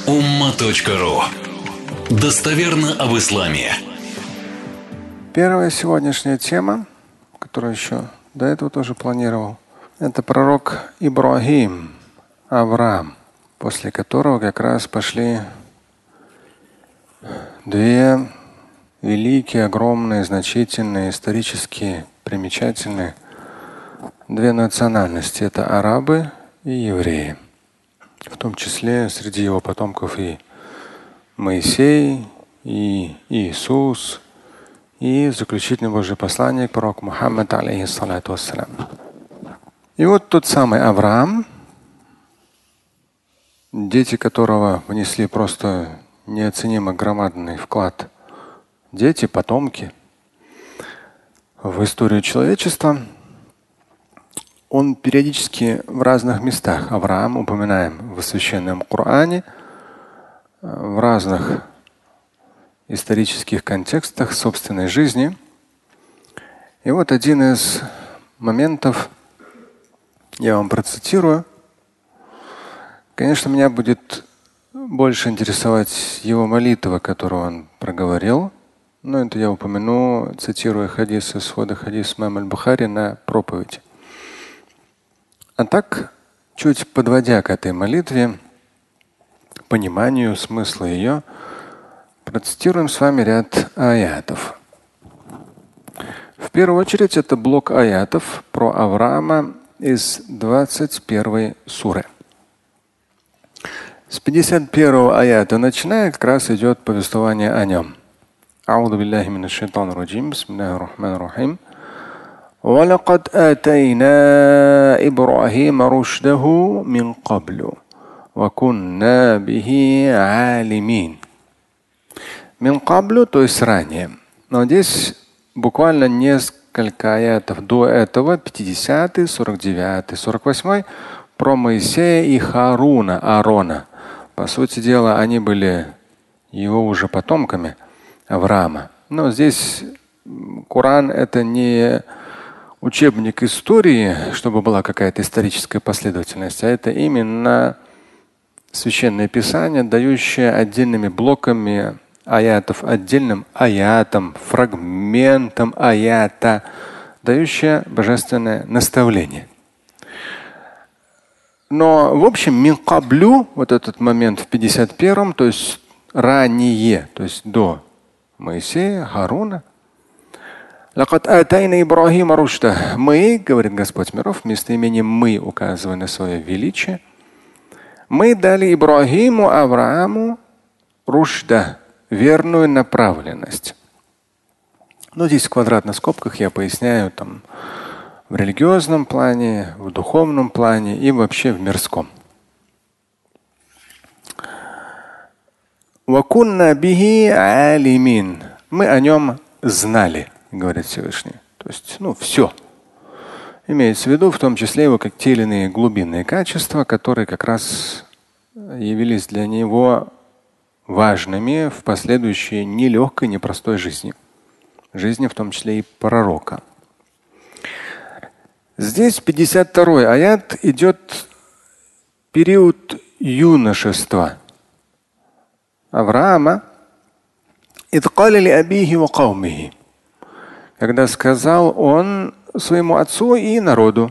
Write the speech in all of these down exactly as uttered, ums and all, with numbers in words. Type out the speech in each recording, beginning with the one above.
Умма.ру. Достоверно об исламе. Первая сегодняшняя тема, которую еще до этого тоже планировал, это пророк Ибрахим, Авраам, после которого как раз пошли две великие, огромные, значительные, исторически примечательные две национальности. Это арабы и евреи. В том числе среди его потомков и Моисей, и Иисус, и заключительный Божий посланник, пророк Мухаммад, алейхиссалату вассалям. И вот тот самый Авраам, дети которого внесли просто неоценимо громадный вклад, дети, потомки в историю человечества, он периодически в разных местах, Авраам, упоминаем в Священном Коране, в разных исторических контекстах собственной жизни. И вот один из моментов, я вам процитирую. Конечно, меня будет больше интересовать его молитва, которую он проговорил. Но это я упомяну, цитируя хадис из свода хадис имама аль-Бухари на проповедь. А так, чуть подводя к этой молитве, пониманию смысла ее, процитируем с вами ряд аятов. В первую очередь это блок аятов про Авраама из двадцать первой суры. С пятьдесят первого аята начиная как раз идет повествование о нем. А'уду биллахи минаш шайтанир раджим. Бисмиллахир рахманир рахим. وَلَقَدْ آتَيْنَا إِبْرَاهِيمَ رُشْدَهُ مِنْ قَبْلُ وَكُنَّا بِهِ عَالِمِينَ. Мин каблю, то есть ранее. Но здесь буквально несколько аятов до этого, пятидесятый, сорок девятый, сорок восьмой, про Моисея и Харуна, Аарона. По сути дела, они были его уже потомками Авраама. Но здесь Коран — это не учебник истории, чтобы была какая-то историческая последовательность, а это именно священное писание, дающее отдельными блоками аятов, отдельным аятом, фрагментом аята, дающее божественное наставление. Но в общем мин каблю, вот этот момент в пятьдесят первом, то есть ранее, то есть до Моисея, Харуна. Мы, говорит Господь миров, вместо имени мы, указывая на свое величие, мы дали Ибрахиму, Аврааму, рушда, верную направленность. Но здесь в квадратных скобках я поясняю там в религиозном плане, в духовном плане и вообще в мирском. Вакунна бихи алимин. Мы о нем знали, говорит Всевышний. То есть, ну, все. Имеется в виду в том числе его как те или иные глубинные качества, которые как раз явились для него важными в последующей нелегкой, непростой жизни. Жизни в том числе и пророка. Здесь пятьдесят второй аят идет период юношества Авраама. Когда сказал он своему отцу и народу: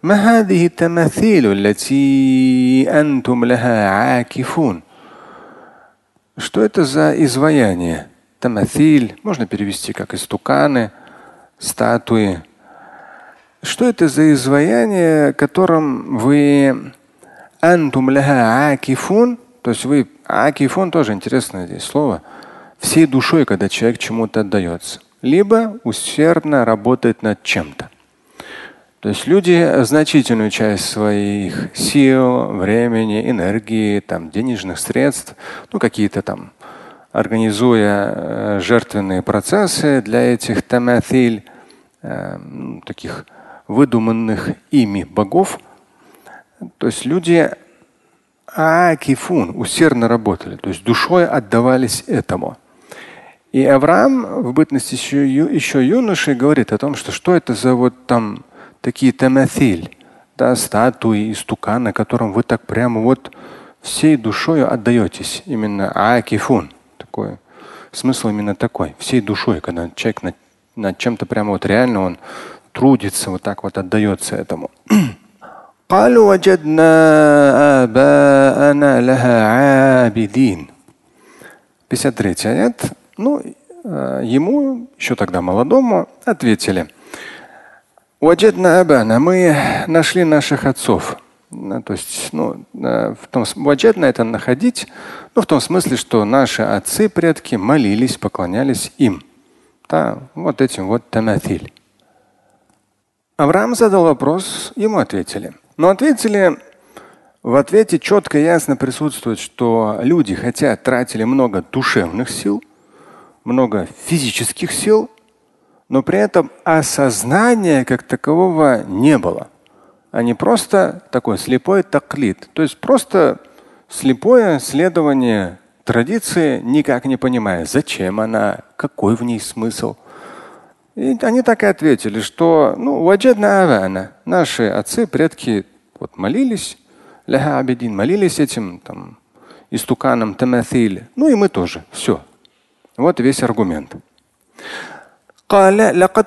что это за изваяние? Тамаthиль можно перевести как истуканы, статуи. Что это за изваяние, которым вы антум ляха акифун, то есть вы акифун, тоже интересное здесь слово, всей душой, когда человек чему-то отдается, либо усердно работает над чем-то. То есть люди значительную часть своих сил, времени, энергии, там, денежных средств, ну какие-то там, организуя э, жертвенные процессы для этих тамаthиль, э, таких выдуманных ими богов. То есть люди акифун, усердно работали, то есть душой отдавались этому. И Авраам в бытности еще, еще юношей говорит о том, что что это за вот там такие тамаthиль, да, статуи, истуканы, которым вы так прямо вот всей душой отдаетесь. Именно акифун. Такой. Смысл именно такой. Всей душой, когда человек над, над чем-то прямо вот реально он трудится, вот так вот отдается этому. قالوا وجدنا آباءنا لها عابدين. пятьдесят третий аят. Ну, ему, еще тогда молодому, ответили. Ваджадна абана, мы нашли наших отцов. То есть, ну, в том ваджадна это находить, ну, в том смысле, что наши отцы, предки молились, поклонялись им. Да, вот этим вот таматиль. Авраам задал вопрос, ему ответили. Но ответили, в ответе четко и ясно присутствует, что люди, хотя тратили много душевных сил, много физических сил, но при этом осознания как такового не было. Они просто такой слепой таклид, то есть просто слепое следование традиции, никак не понимая, зачем она, какой в ней смысл. И они так и ответили, что ну, ваджадна авана, наши отцы, предки вот, молились, ляха абидин, молились этим там, истуканам, таматиль. Ну и мы тоже. Все. Вот весь аргумент. Он,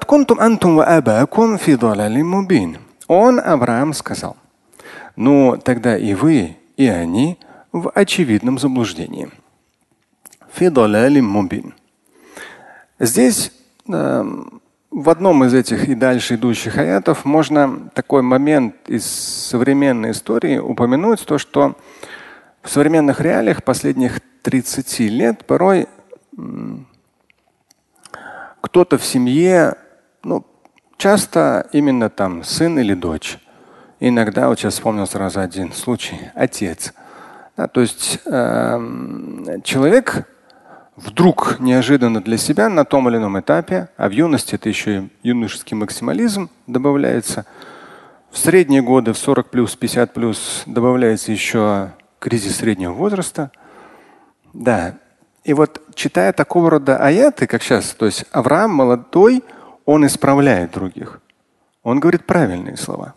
Авраам, сказал, ну тогда и вы, и они в очевидном заблуждении. Здесь э, в одном из этих и дальше идущих аятов можно такой момент из современной истории упомянуть, то, что в современных реалиях последних тридцати лет порой м, кто-то в семье, ну, часто именно там сын или дочь. Иногда, вот сейчас вспомнил сразу один случай, отец. Да, то есть э, человек вдруг неожиданно для себя на том или ином этапе, а в юности это еще и юношеский максимализм добавляется, в средние годы, в сорок плюс, пятьдесят плюс добавляется еще кризис среднего возраста. Да. И вот читая такого рода аяты, как сейчас, то есть Авраам молодой, он исправляет других. Он говорит правильные слова.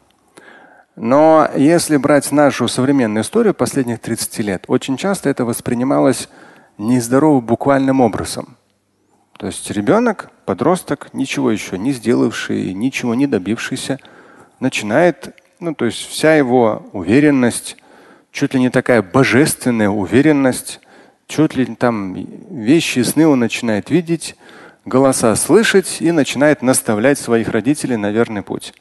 Но если брать нашу современную историю последних тридцати лет, очень часто это воспринималось нездорово буквальным образом. То есть ребенок, подросток, ничего еще не сделавший, ничего не добившийся, начинает, ну то есть вся его уверенность, чуть ли не такая божественная уверенность, чуть ли там вещи и сны он начинает видеть, голоса слышать и начинает наставлять своих родителей на верный путь.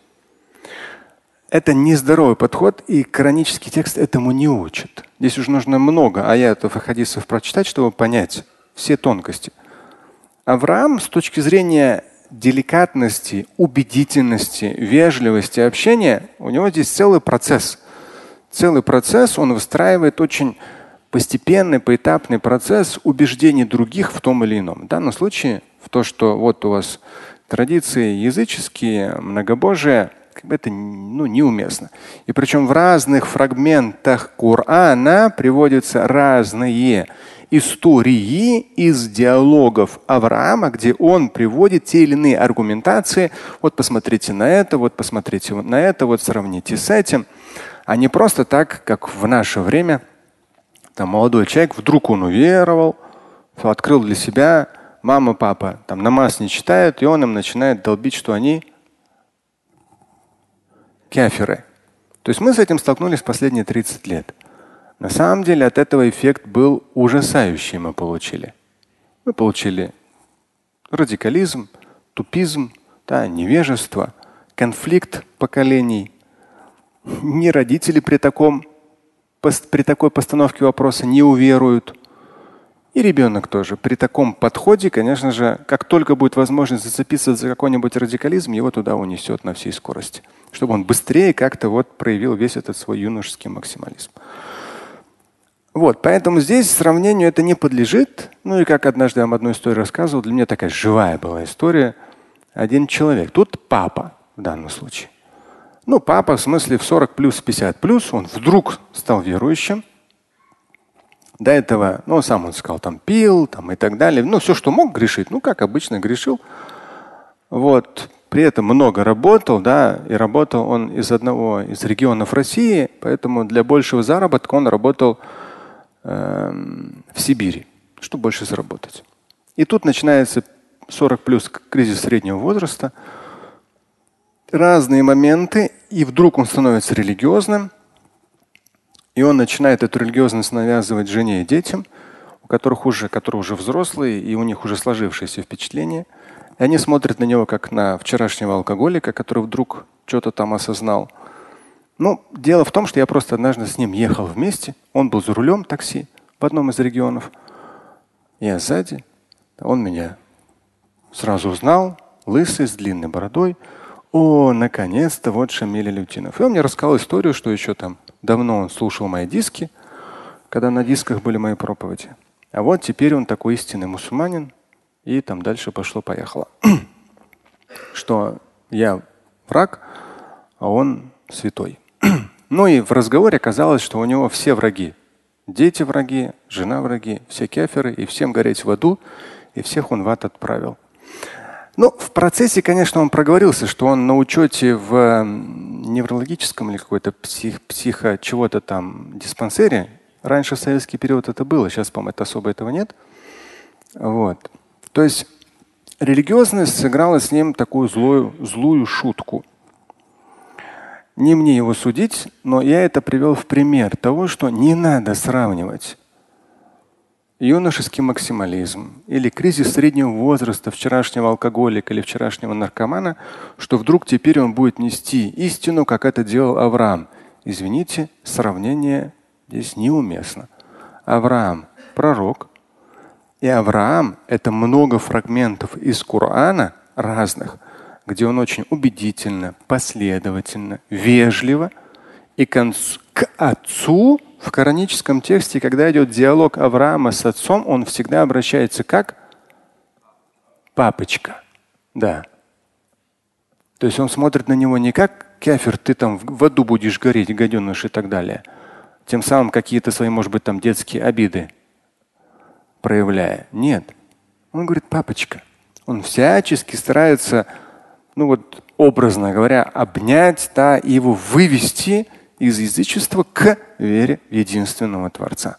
Это нездоровый подход, и коранический текст этому не учит. Здесь уже нужно много аятов и хадисов прочитать, чтобы понять все тонкости. Авраам с точки зрения деликатности, убедительности, вежливости общения, у него здесь целый процесс. Целый процесс он выстраивает очень постепенный, поэтапный процесс убеждений других в том или ином. В данном случае в то, что вот у вас традиции языческие, многобожие, как бы это ну, неуместно. И причем в разных фрагментах Корана приводятся разные истории из диалогов Авраама, где он приводит те или иные аргументации. Вот посмотрите на это, вот посмотрите на это, вот сравните с этим. А не просто так, как в наше время. Там молодой человек, вдруг он уверовал, открыл для себя, мама, папа там намаз не читают, и он им начинает долбить, что они кафиры. То есть мы с этим столкнулись последние тридцать лет. На самом деле от этого эффект был ужасающий, мы получили. Мы получили радикализм, тупизм, да, невежество, конфликт поколений. Ни родители при, таком, при такой постановке вопроса не уверуют. И ребенок тоже. При таком подходе, конечно же, как только будет возможность зацепиться за какой-нибудь радикализм, его туда унесет на всей скорости. Чтобы он быстрее как-то вот проявил весь этот свой юношеский максимализм. Вот, поэтому здесь сравнению это не подлежит. Ну и как однажды я вам одну историю рассказывал, для меня такая живая была история. Один человек, тут папа в данном случае. Ну, папа в смысле в сорок плюс, пятьдесят плюс, он вдруг стал верующим. До этого, ну, сам он сказал, там пил, там и так далее. Ну, все, что мог грешить, ну, как обычно грешил. Вот. При этом много работал, да, и работал он из одного из регионов России, поэтому для большего заработка он работал э, в Сибири, чтобы больше заработать. И тут начинается сорок плюс кризис среднего возраста, разные моменты, и вдруг он становится религиозным, и он начинает эту религиозность навязывать жене и детям, у которых уже, которые уже взрослые, и у них уже сложившиеся впечатления. И они смотрят на него как на вчерашнего алкоголика, который вдруг что-то там осознал. Ну, дело в том, что я просто однажды с ним ехал вместе. Он был за рулем такси в одном из регионов. Я сзади. Он меня сразу узнал, лысый, с длинной бородой. О, наконец-то, вот Шамиль Алютинов. И он мне рассказал историю, что еще там давно он слушал мои диски, когда на дисках были мои проповеди. А вот теперь он такой истинный мусульманин. И там дальше пошло-поехало. Что я враг, а он святой. Ну и в разговоре оказалось, что у него все враги. Дети враги, жена враги, все кеферы, и всем гореть в аду, и всех он в ад отправил. Ну, в процессе, конечно, он проговорился, что он на учете в неврологическом или какой-то псих, психо чего-то там диспансере. Раньше в советский период это было, сейчас, по-моему, это особо этого нет. Вот. То есть религиозность сыграла с ним такую злую, злую шутку. Не мне его судить, но я это привел в пример того, что не надо сравнивать юношеский максимализм или кризис среднего возраста вчерашнего алкоголика или вчерашнего наркомана, что вдруг теперь он будет нести истину, как это делал Авраам. Извините, сравнение здесь неуместно. Авраам – пророк. И Авраам – это много фрагментов из Корана разных, где он очень убедительно, последовательно, вежливо и к отцу в кораническом тексте, когда идет диалог Авраама с отцом, он всегда обращается как папочка. Да. То есть он смотрит на него не как кафир, ты там в аду будешь гореть, гаденыш и так далее. Тем самым какие-то свои, может быть, там детские обиды проявляя. Нет. Он говорит, папочка. Он всячески старается, ну вот образно говоря, обнять, да, и его вывести из язычества к вере в единственного Творца.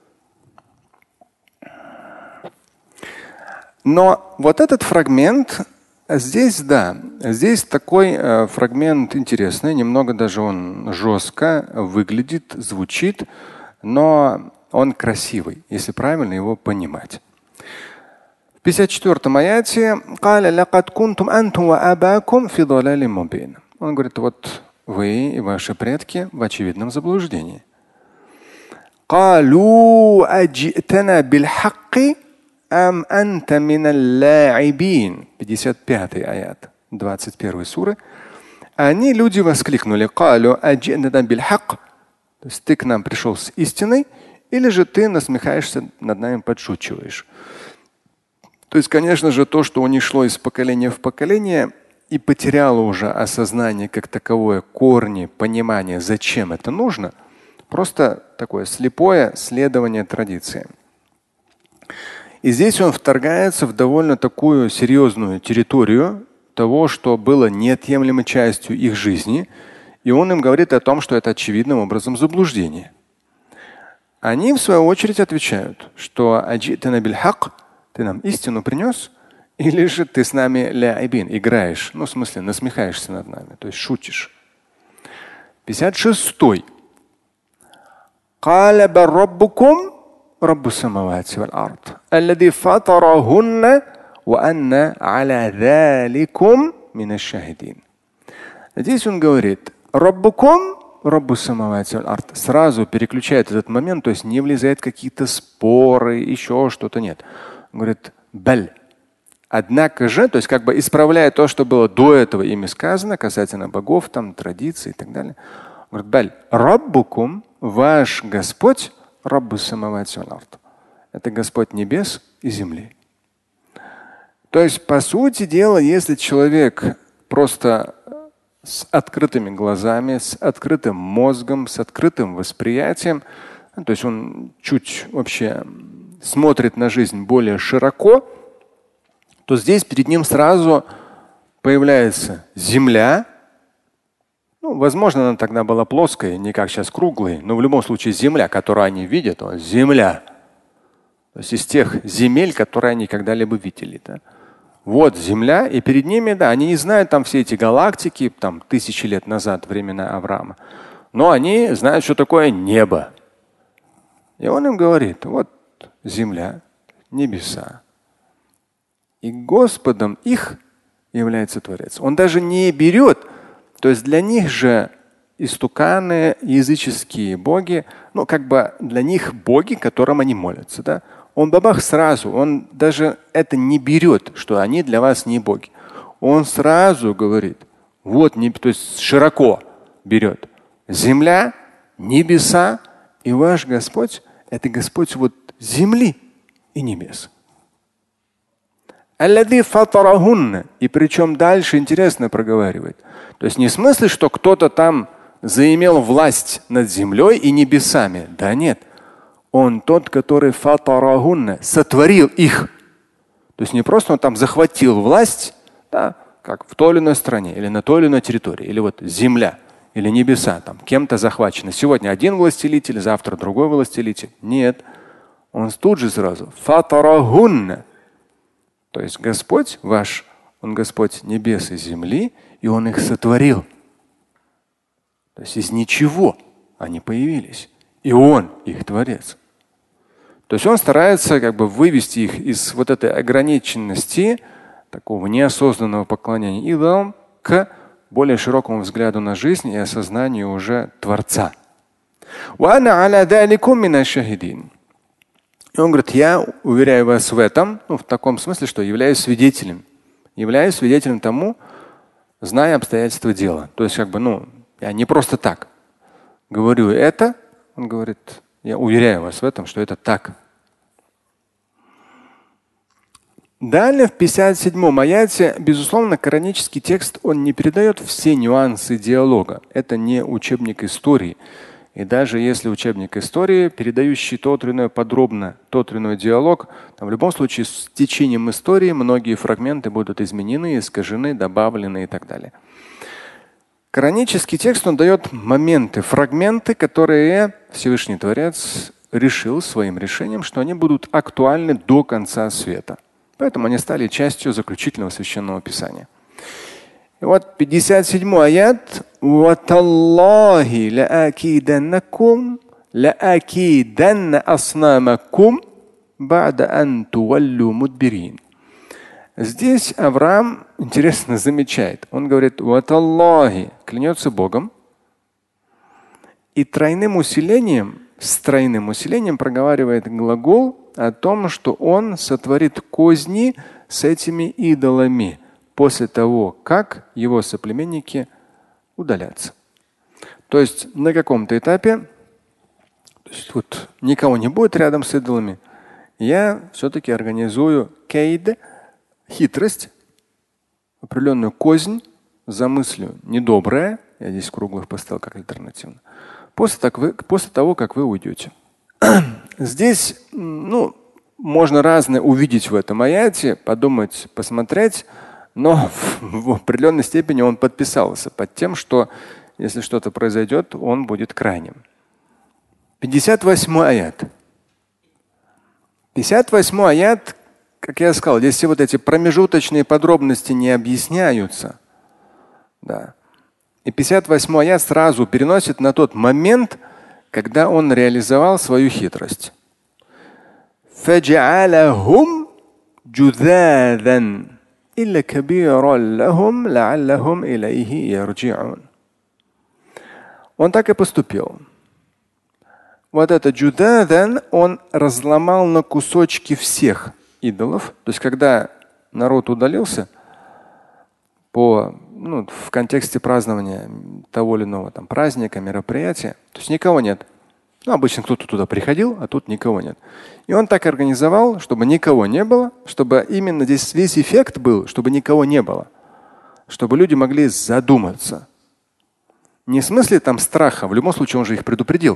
Но вот этот фрагмент здесь, да, здесь такой э, фрагмент интересный, немного даже он жестко выглядит, звучит, но он красивый, если правильно его понимать. В пятьдесят четвёртом аяте он говорит, вот вы и ваши предки в очевидном заблуждении. пятьдесят пятый аят двадцать первой суры. Они, люди, воскликнули, то есть ты к нам пришел с истиной, или же ты насмехаешься над нами, подшучиваешь. То есть, конечно же, то, что у них шло из поколения в поколение и потеряло уже осознание как таковое, корни, понимание, зачем это нужно, просто такое слепое следование традициям. И здесь он вторгается в довольно такую серьезную территорию того, что было неотъемлемой частью их жизни, и он им говорит о том, что это очевидным образом заблуждение. Они в свою очередь отвечают, что ты нам истину принес, или же ты с нами ляйбин, играешь, ну в смысле насмехаешься над нами, то есть шутишь. пятьдесят шестой. رب السماوات والأرض الذي فطرهن وأنا على ذلكم من الشاهدين. Здесь он говорит «Раббукум, Раббу самавати валь ард». Сразу переключает этот момент, то есть не влезает в какие-то споры, еще что-то, нет. Он говорит «Баль». Однако же, то есть как бы исправляя то, что было до этого ими сказано, касательно богов, там, традиций и так далее. Он говорит «Баль, Раббукум, ваш Господь, Раббу самавати валь ард». Это Господь небес и земли. То есть, по сути дела, если человек просто с открытыми глазами, с открытым мозгом, с открытым восприятием, то есть он чуть вообще смотрит на жизнь более широко, то здесь перед ним сразу появляется земля, Ну, возможно, она тогда была плоская, не как сейчас круглая, но в любом случае земля, которую они видят, земля. То есть из тех земель, которые они когда-либо видели. Да? Вот земля, и перед ними, да, они не знают там все эти галактики, там тысячи лет назад, времена Авраама. Но они знают, что такое небо. И он им говорит, вот земля, небеса. И Господом их является Творец. Он даже не берет, то есть для них же истуканы, языческие боги, ну как бы для них боги, которым они молятся. Да? Он бабах сразу, он даже это не берет, что они для вас не боги. Он сразу говорит, вот, не, то есть широко берет. Земля, небеса и ваш Господь – это Господь вот земли и небес. И причем дальше интересно проговаривает. То есть не в смысле, что кто-то там заимел власть над землей и небесами. Да нет. Он тот, который фатарахунна, сотворил их. То есть не просто он там захватил власть, да, как в той или иной стране, или на той или иной территории, или вот земля, или небеса, там кем-то захвачены. Сегодня один властелитель, завтра другой властелитель. Нет. Он тут же сразу фатарахунна. То есть Господь ваш, Он Господь небес и земли, и Он их сотворил. То есть из ничего они появились. И Он их Творец. То есть Он старается как бы вывести их из вот этой ограниченности, такого неосознанного поклонения идолам, к более широкому взгляду на жизнь и осознанию уже Творца. И он говорит, я уверяю вас в этом, ну, в таком смысле, что являюсь свидетелем. Являюсь свидетелем тому, зная обстоятельства дела. То есть, как бы, ну, я не просто так говорю это, он говорит, я уверяю вас в этом, что это так. Далее в пятьдесят седьмом аяте, безусловно, коранический текст, он не передает все нюансы диалога. Это не учебник истории. И даже если учебник истории, передающий тот или иной подробно, тот или иной диалог, там в любом случае с течением истории многие фрагменты будут изменены, искажены, добавлены и так далее. Коранический текст, он дает моменты, фрагменты, которые Всевышний Творец решил своим решением, что они будут актуальны до конца света. Поэтому они стали частью заключительного священного писания. И вот пятьдесят седьмой аят. وَتَاللَّهِ لَأَكِيدَنَّكُمْ لَأَكِيدَنَّ أَصْنَامَكُمْ بَعْدَ أَن تُوَلُّوا مُدْبِرِينَ. Здесь Авраам интересно замечает. Он говорит, وَتَاللَّهِ, клянется Богом. И тройным усилением, с тройным усилением проговаривает глагол о том, что он сотворит козни с этими идолами после того, как его соплеменники удалятся. То есть на каком-то этапе, то есть вот никого не будет рядом с идолами, я все-таки организую кейд, хитрость, определенную кознь, замыслю недоброе, я здесь круглых поставил как альтернативно, после, так вы, после того, как вы уйдете. Здесь, ну, можно разное увидеть в этом аяте, подумать, посмотреть. Но в определенной степени он подписался под тем, что если что-то произойдет, он будет крайним. пятьдесят восьмой аят. пятьдесят восьмой аят, как я сказал, здесь все вот эти промежуточные подробности не объясняются. Да. И пятьдесят восьмой аят сразу переносит на тот момент, когда он реализовал свою хитрость. فَجَعَلَهُمْ جُذَاذًا إلا كبيرا لهم لعلهم إليه يرجعون. Он так и поступил. Вот это джудадан он разломал на кусочки всех идолов. То есть, когда народ удалился по, ну, в контексте празднования того или иного там, праздника, мероприятия, то есть никого нет. Ну, обычно кто-то туда приходил, а тут никого нет. И он так организовал, чтобы никого не было, чтобы именно здесь весь эффект был, чтобы никого не было. Чтобы люди могли задуматься. Не в смысле там страха, в любом случае он же их предупредил.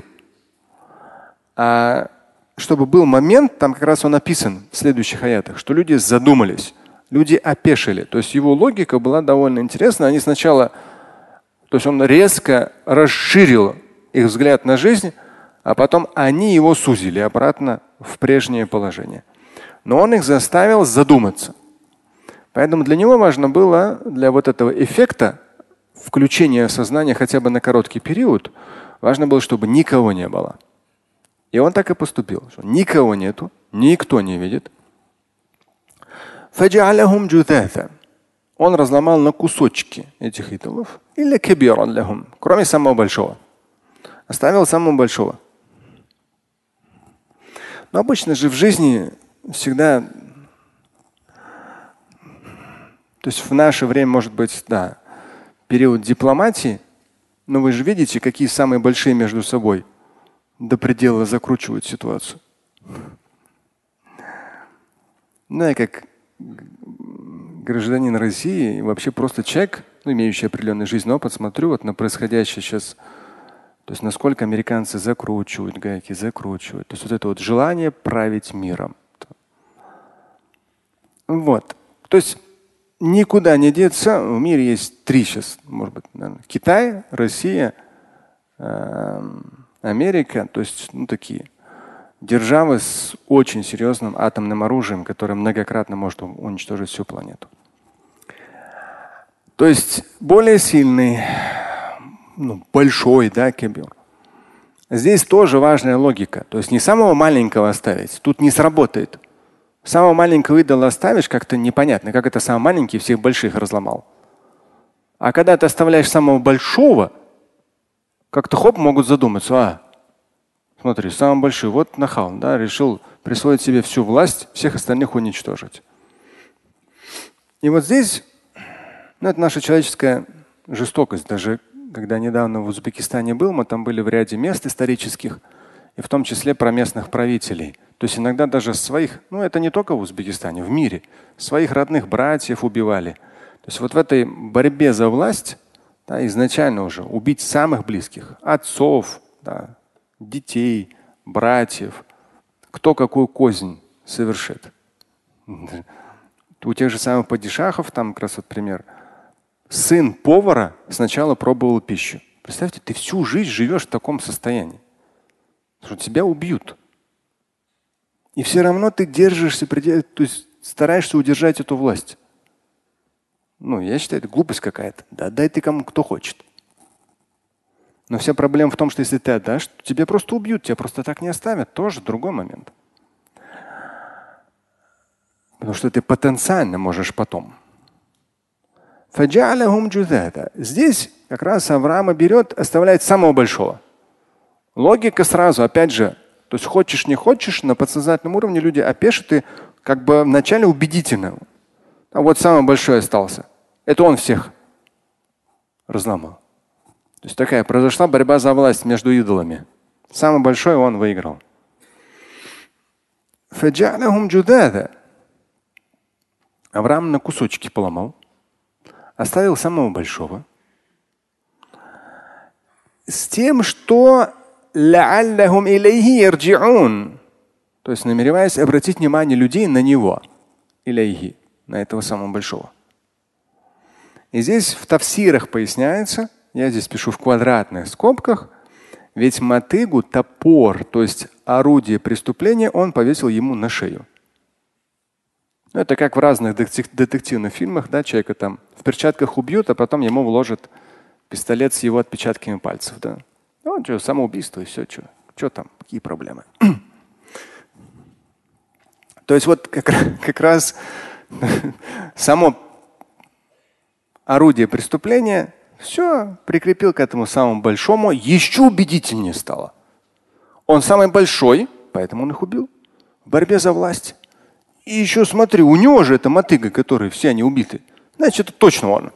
А чтобы был момент, там как раз он описан в следующих аятах, что люди задумались, люди опешили. То есть его логика была довольно интересна. Они сначала То есть он резко расширил их взгляд на жизнь, а потом они его сузили обратно в прежнее положение. Но он их заставил задуматься. Поэтому для него важно было, для вот этого эффекта включения сознания хотя бы на короткий период, важно было, чтобы никого не было. И он так и поступил. Что никого нету, никто не видит. Он разломал на кусочки этих идолов, или кабиран лахум, кроме самого большого. Оставил самого большого. Но обычно же в жизни всегда, то есть в наше время, может быть, да, период дипломатии, но вы же видите, какие самые большие между собой до предела закручивают ситуацию. Ну, я как гражданин России, вообще просто человек, ну, имеющий определенный жизненный опыт, смотрю вот на происходящее сейчас, то есть насколько американцы закручивают гайки, закручивают. То есть вот это вот желание править миром. Вот. То есть никуда не деться. В мире есть три сейчас, может быть, наверное, Китай, Россия, Америка, то есть ну, такие державы с очень серьезным атомным оружием, которое многократно может уничтожить всю планету. То есть более сильный, ну, большой, да, кабир. Здесь тоже важная логика. То есть не самого маленького оставить, тут не сработает. Самого маленького идола оставишь, как-то непонятно, как это самый маленький всех больших разломал. А когда ты оставляешь самого большого, как-то хоп, могут задуматься, а, смотри, самый большой, вот нахал, да, решил присвоить себе всю власть, всех остальных уничтожить. И вот здесь, ну, это наша человеческая жестокость. Даже когда недавно в Узбекистане был, мы там были в ряде мест исторических, и в том числе про местных правителей. То есть иногда даже своих, ну это не только в Узбекистане, в мире, своих родных братьев убивали. То есть вот в этой борьбе за власть, да, изначально уже убить самых близких, отцов, да, детей, братьев, кто какую кознь совершит. У тех же самых падишахов, там как раз вот пример, сын повара сначала пробовал пищу. Представьте, ты всю жизнь живешь в таком состоянии, что тебя убьют. И все равно ты держишься, то есть стараешься удержать эту власть. Ну, я считаю, это глупость какая-то. Да дай ты кому кто хочет. Но вся проблема в том, что если ты отдашь, то тебя просто убьют, тебя просто так не оставят. Тоже другой момент. Потому что ты потенциально можешь потом. Здесь как раз Авраама берет, оставляет самого большого. Логика сразу, опять же, то есть хочешь не хочешь, на подсознательном уровне люди опешат и как бы вначале убедительно. А вот самый большой остался. Это он всех разломал. То есть такая произошла борьба за власть между идолами. Самый большой он выиграл. Авраам на кусочки поломал, оставил самого большого. С тем, что то есть намереваясь обратить внимание людей на него, илейхи, на этого самого большого. И здесь в тафсирах поясняется, я здесь пишу в квадратных скобках, ведь мотыгу, топор, то есть орудие преступления, он повесил ему на шею. Это как в разных детективных фильмах, да, человека там в перчатках убьют, а потом ему вложат пистолет с его отпечатками пальцев. Да. Ну, что, самоубийство и все, что, что там, какие проблемы. То есть вот как, как раз само орудие преступления все прикрепил к этому самому большому, еще убедительнее стало. Он самый большой, поэтому он их убил. В борьбе за власть. И еще смотри, у него же эта мотыга, которые все они убиты. Значит, это точно он.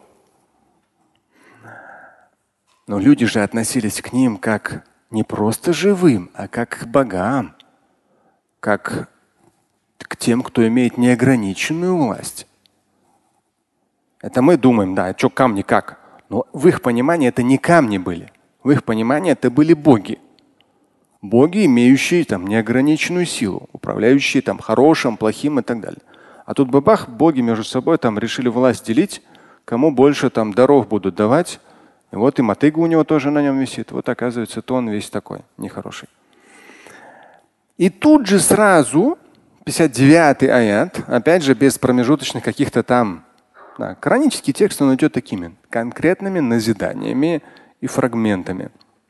Но люди же относились к ним как не просто живым, а как к богам, как к тем, кто имеет неограниченную власть. Это мы думаем, да, что камни как. Но в их понимании это не камни были. В их понимании это были боги. Боги, имеющие там неограниченную силу, управляющие там хорошим, плохим и так далее. А тут бабах, боги между собой там решили власть делить, кому больше там даров будут давать, И вот и мотыга у него тоже на нем висит. Вот оказывается, то он весь такой нехороший. И тут же сразу пятьдесят девятый аят, опять же без промежуточных каких-то там. Да, коранический текст, он идет такими конкретными назиданиями и фрагментами.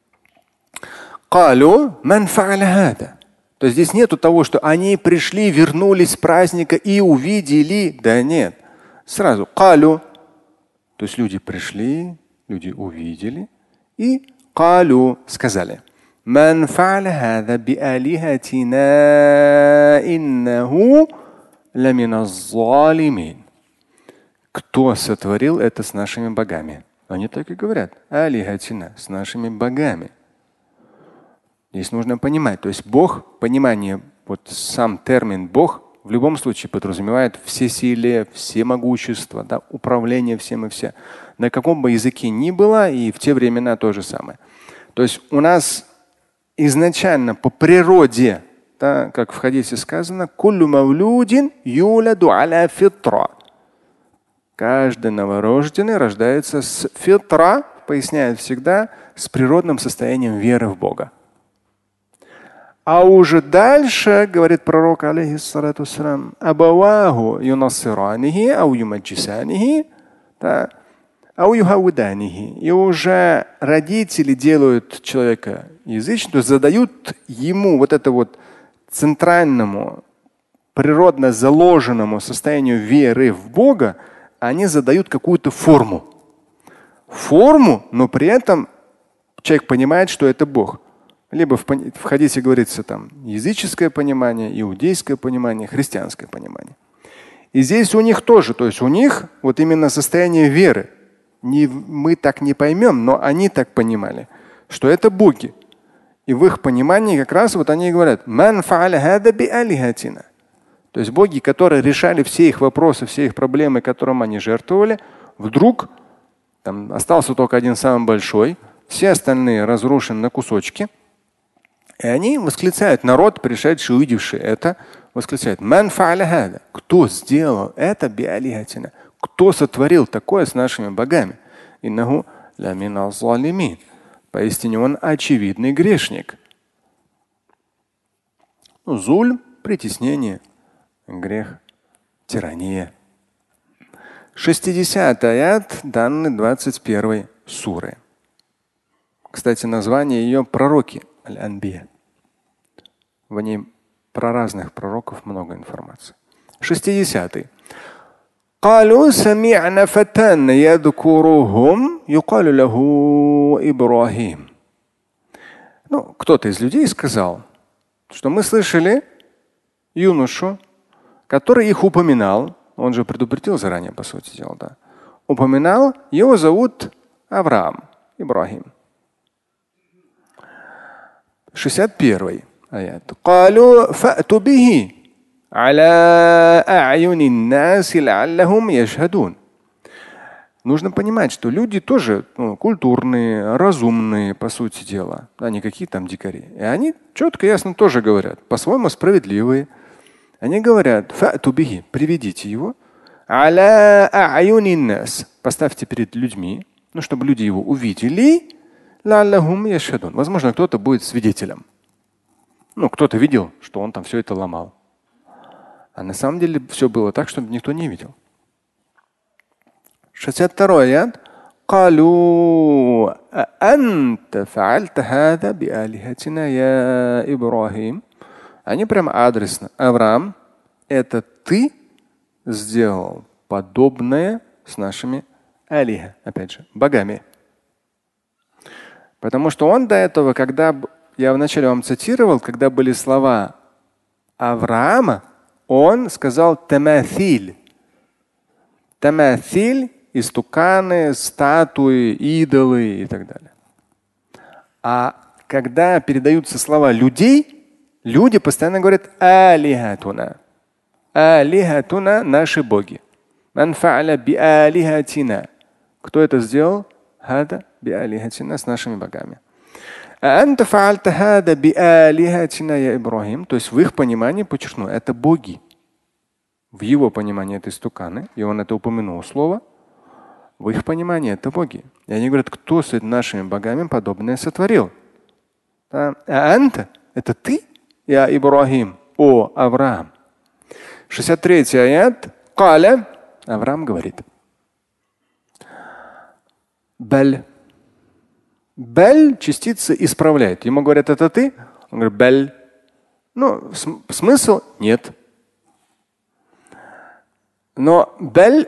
Калю ман фа'аля хада. То есть здесь нету того, что они пришли, вернулись с праздника и увидели. Да нет. Сразу калю. То есть люди пришли, люди увидели и калю сказали. Ман фа'аля хада би алихатина иннаху ламина залимин. Кто сотворил это с нашими богами? Они так и говорят. Алихатина, с нашими богами. Здесь нужно понимать. То есть Бог, понимание, вот сам термин Бог в любом случае подразумевает всесилие, всемогущество, да, управление всем и вся. На каком бы языке ни было, и в те времена то же самое. То есть у нас изначально по природе, да, как в хадисе сказано, куллю мавлюдин юладу аля фитра. Каждый новорожденный рождается с фитра, поясняет всегда, с природным состоянием веры в Бога. А уже дальше, говорит пророк, алейхиссалату вассалам, абаваху юнасиранихи, ау юмаджисанихи, ау юхауданихи. И уже родители делают человека язычным, то есть задают ему вот это вот центральному, природно заложенному состоянию веры в Бога, они задают какую-то форму. Форму, но при этом человек понимает, что это Бог. Либо в, в хадисе говорится там языческое понимание, иудейское понимание, христианское понимание. И здесь у них тоже, то есть у них вот именно состояние веры. Не, мы так не поймем, но они так понимали, что это боги. И в их понимании как раз вот они говорят, ман фа'аля хада би алихатина. То есть боги, которые решали все их вопросы, все их проблемы, которым они жертвовали, вдруг там остался только один самый большой, все остальные разрушены на кусочки. И они восклицают, народ, пришедший, увидевший это, восклицает: «Ман фа'аля хада». Кто сделал это би алихатина? Кто сотворил такое с нашими богами? Иннаху ламина залимин. Поистине он очевидный грешник. Ну, зуль, притеснение, грех, тирания. шестидесятый аят данный двадцать первой суры. Кстати, название ее пророки Аль-Анбия. В ней про разных пророков много информации. шестидесятый. قالوا سمعنا فتى يذكرهم يقال له إبراهيم. Ну, кто-то из людей сказал, что мы слышали юношу, который их упоминал, он же предупредил заранее, по сути дела, да. Упоминал, его зовут Авраам, Ибрахим. шестьдесят первый аят. قالوا فأتوا به على أعين الناس لعلهم يشهدون. Нужно понимать, что люди тоже ну, культурные, разумные, по сути дела, да, не какие там дикари. И они четко, ясно тоже говорят, по-своему справедливые. Они говорят: фа'ту бихи, приведите его, аля а'юнин нас, поставьте перед людьми, ну, чтобы люди его увидели, лаллахум яшхадун. Возможно, кто-то будет свидетелем. Ну, кто-то видел, что он там все это ломал. А на самом деле все было так, чтобы никто не видел. шестьдесят второй аят. قالوا أنت فعلت هذا بآلهتنا يا إبراهيم. Они прямо адресно. Авраам, это ты сделал подобное с нашими алиха, опять же, богами. Потому что он до этого, когда я вначале вам цитировал, когда были слова Авраама, он сказал тамаthиль. Тамаthиль – истуканы, статуи, идолы и так далее. А когда передаются слова людей, люди постоянно говорят алихатуна. Алихатуна – наши боги. Ман фа'аля би алихатина. Кто это сделал? Хада би алихатина, с нашими богами. Анта фа'альта хада би алихатина я Ибрахим. То есть в их понимании, подчеркну, это боги. В его понимании это истуканы, и он это упомянул слово. В их понимании это боги. И они говорят, кто с нашими богами подобное сотворил? Да? А анта – это ты, я Ибрахим, о Авраам. шестьдесят третий аят. Каля. Авраам говорит. Баль. Баль частица исправляет. Ему говорят, это ты? Он говорит, баль. Ну, см- смысл нет. Но баль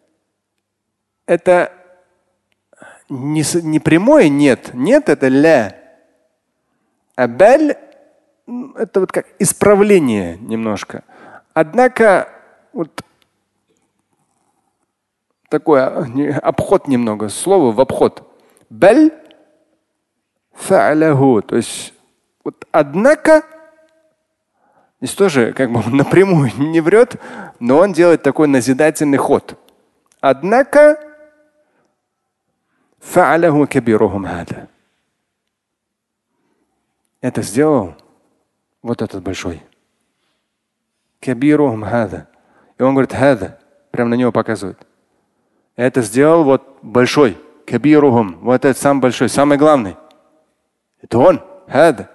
это не, не прямое нет. Нет это ля. А баль это вот как исправление немножко. Однако вот такой обход немного. Слово в обход. Баль фа'ляху. То есть вот однако здесь тоже как бы напрямую не врет, но он делает такой назидательный ход. Однако фа'ляху кабирухум хада. Это сделал вот этот большой. Кабирухум хада. И он говорит хада. Прямо на него показывает. Это сделал вот большой. Кабирухум. Вот этот самый большой, самый главный. Это он. Хада.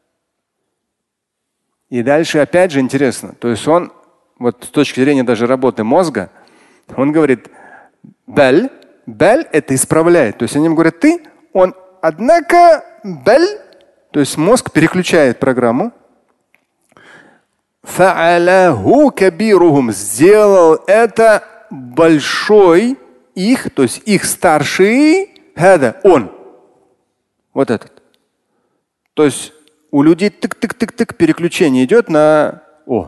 И дальше опять же интересно. То есть он, вот с точки зрения даже работы мозга, он говорит, баль, баль это исправляет. То есть они ему говорят, ты, он, однако, баль, то есть мозг переключает программу. Фа'аляху кабирухум. Сделал это большой их, то есть их старший, хада, он. Вот этот. То есть у людей тык-тык-тык-тык переключение идет на о.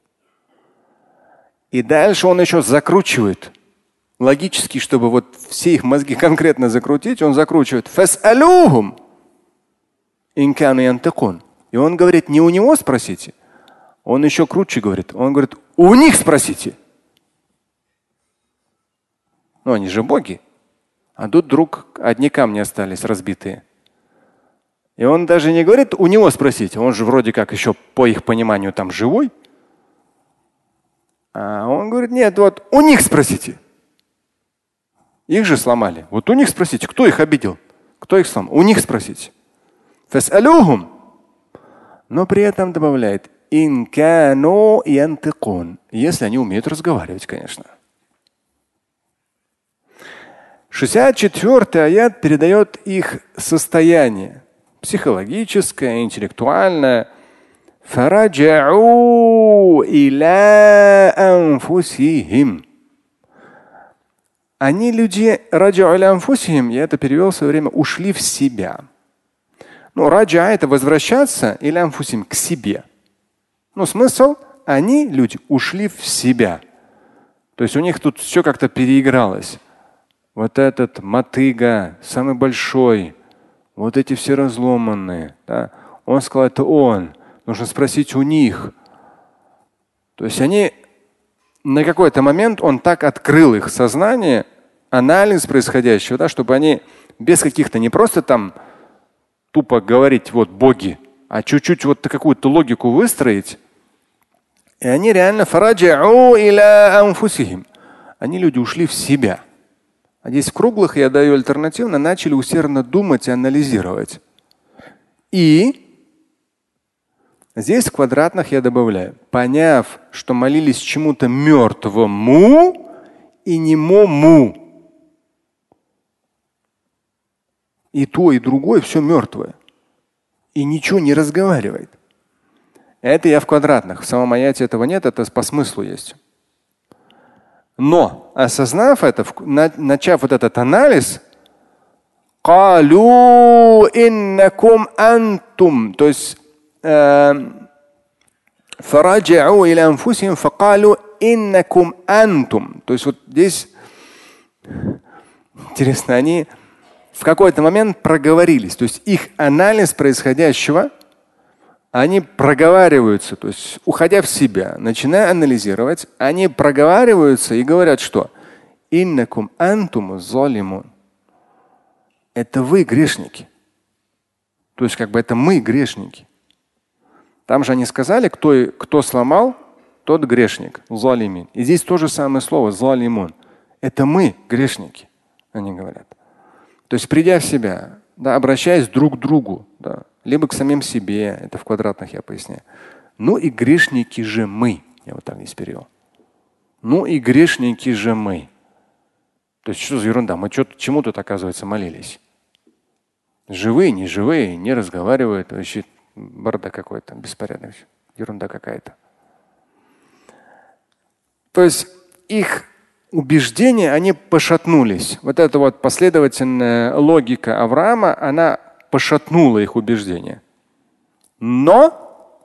И дальше он еще закручивает. Логически, чтобы вот все их мозги конкретно закрутить, он закручивает. Фас'алюхум ин кану янтакун. И он говорит, не у него спросите. Он еще круче говорит. Он говорит, у них спросите. Ну, они же боги. А тут вдруг одни камни остались разбитые. И он даже не говорит, у него спросите. Он же вроде как еще по их пониманию там живой. А он говорит, нет, вот у них спросите. Их же сломали. Вот у них спросите, кто их обидел? Кто их сломал? У них спросите. Фас'алюхум. Но при этом добавляет ин кану янтикун. Если они умеют разговаривать, конечно. шестьдесят четвёртый аят передает их состояние. Психологическое, интеллектуальное. Фараджау иля анфусихим. Они люди, раджау иля анфусихим, я это перевел в свое время, ушли в себя. Ну, раджа это возвращаться или анфусим к себе. Ну, смысл, они, люди, ушли в себя. То есть у них тут все как-то переигралось. Вот этот мотыга, самый большой, вот эти все разломанные. Да? Он сказал, это он. Нужно спросить у них. То есть они на какой-то момент он так открыл их сознание, анализ происходящего, да, чтобы они без каких-то не просто там тупо говорить вот боги, а чуть-чуть вот какую-то логику выстроить. И они реально фараджау иля анфусихим. Они люди ушли в себя. А здесь в круглых я даю альтернативно, начали усердно думать и анализировать. И здесь в квадратных я добавляю, поняв, что молились чему-то мертвому и немому. И то, и другое все мертвое. И ничего не разговаривает. Это я в квадратных. В самом аяте этого нет, это по смыслу есть. Но, осознав это, начав вот этот анализ, قالوا إنكم أنتم, то есть فرجعوا إلى أنفسهم فقالوا إنكم أنتم. То есть вот здесь интересно, они в какой-то момент проговорились. То есть их анализ происходящего, они проговариваются, то есть уходя в себя, начиная анализировать, они проговариваются и говорят, что «Иннакум антум залимун». Это вы грешники. То есть как бы это мы грешники. Там же они сказали, кто, кто сломал, тот грешник. Залимин. И здесь то же самое слово залимун. Это мы грешники. они говорят. То есть, придя в себя, да, обращаясь друг к другу, да, либо к самим себе, это в квадратных я поясняю. Ну и грешники же мы. Я вот так здесь перевел. Ну и грешники же мы. То есть что за ерунда? Мы что-то чему тут, оказывается, молились. Живые, не живые, не разговаривают. Вообще бардак какой-то, беспорядок. Ерунда какая-то. То есть их убеждения, они пошатнулись. Вот эта вот последовательная логика Авраама, она пошатнула их убеждения. Но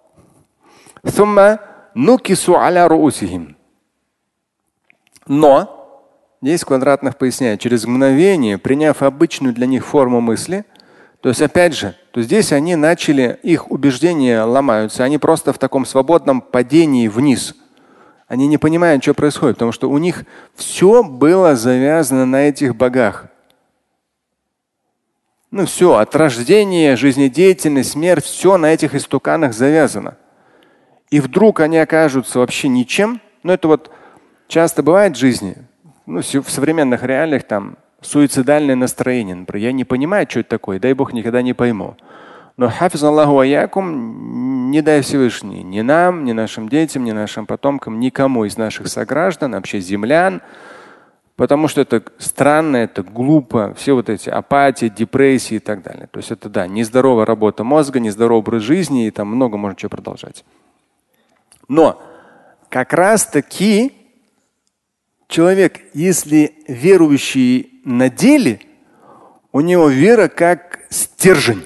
но здесь квадратных поясняет, через мгновение, приняв обычную для них форму мысли, то есть опять же, то здесь они начали, их убеждения ломаются, они просто в таком свободном падении вниз. Они не понимают, что происходит, потому что у них все было завязано на этих богах. Ну все, от рождения, жизнедеятельность, смерть, все на этих истуканах завязано. И вдруг они окажутся вообще ничем. Но это вот часто бывает в жизни. Ну, в современных реалиях там суицидальное настроение. Например, я не понимаю, что это такое, дай Бог никогда не пойму. Но хафизаллаху аякум, не дай Всевышний ни нам, ни нашим детям, ни нашим потомкам, никому из наших сограждан, вообще землян. Потому что это странно, это глупо, все вот эти апатии, депрессии и так далее. То есть это да, нездоровая работа мозга, нездоровый образ жизни, и там много можно чего продолжать. Но как раз таки человек, если верующий на деле, у него вера как стержень.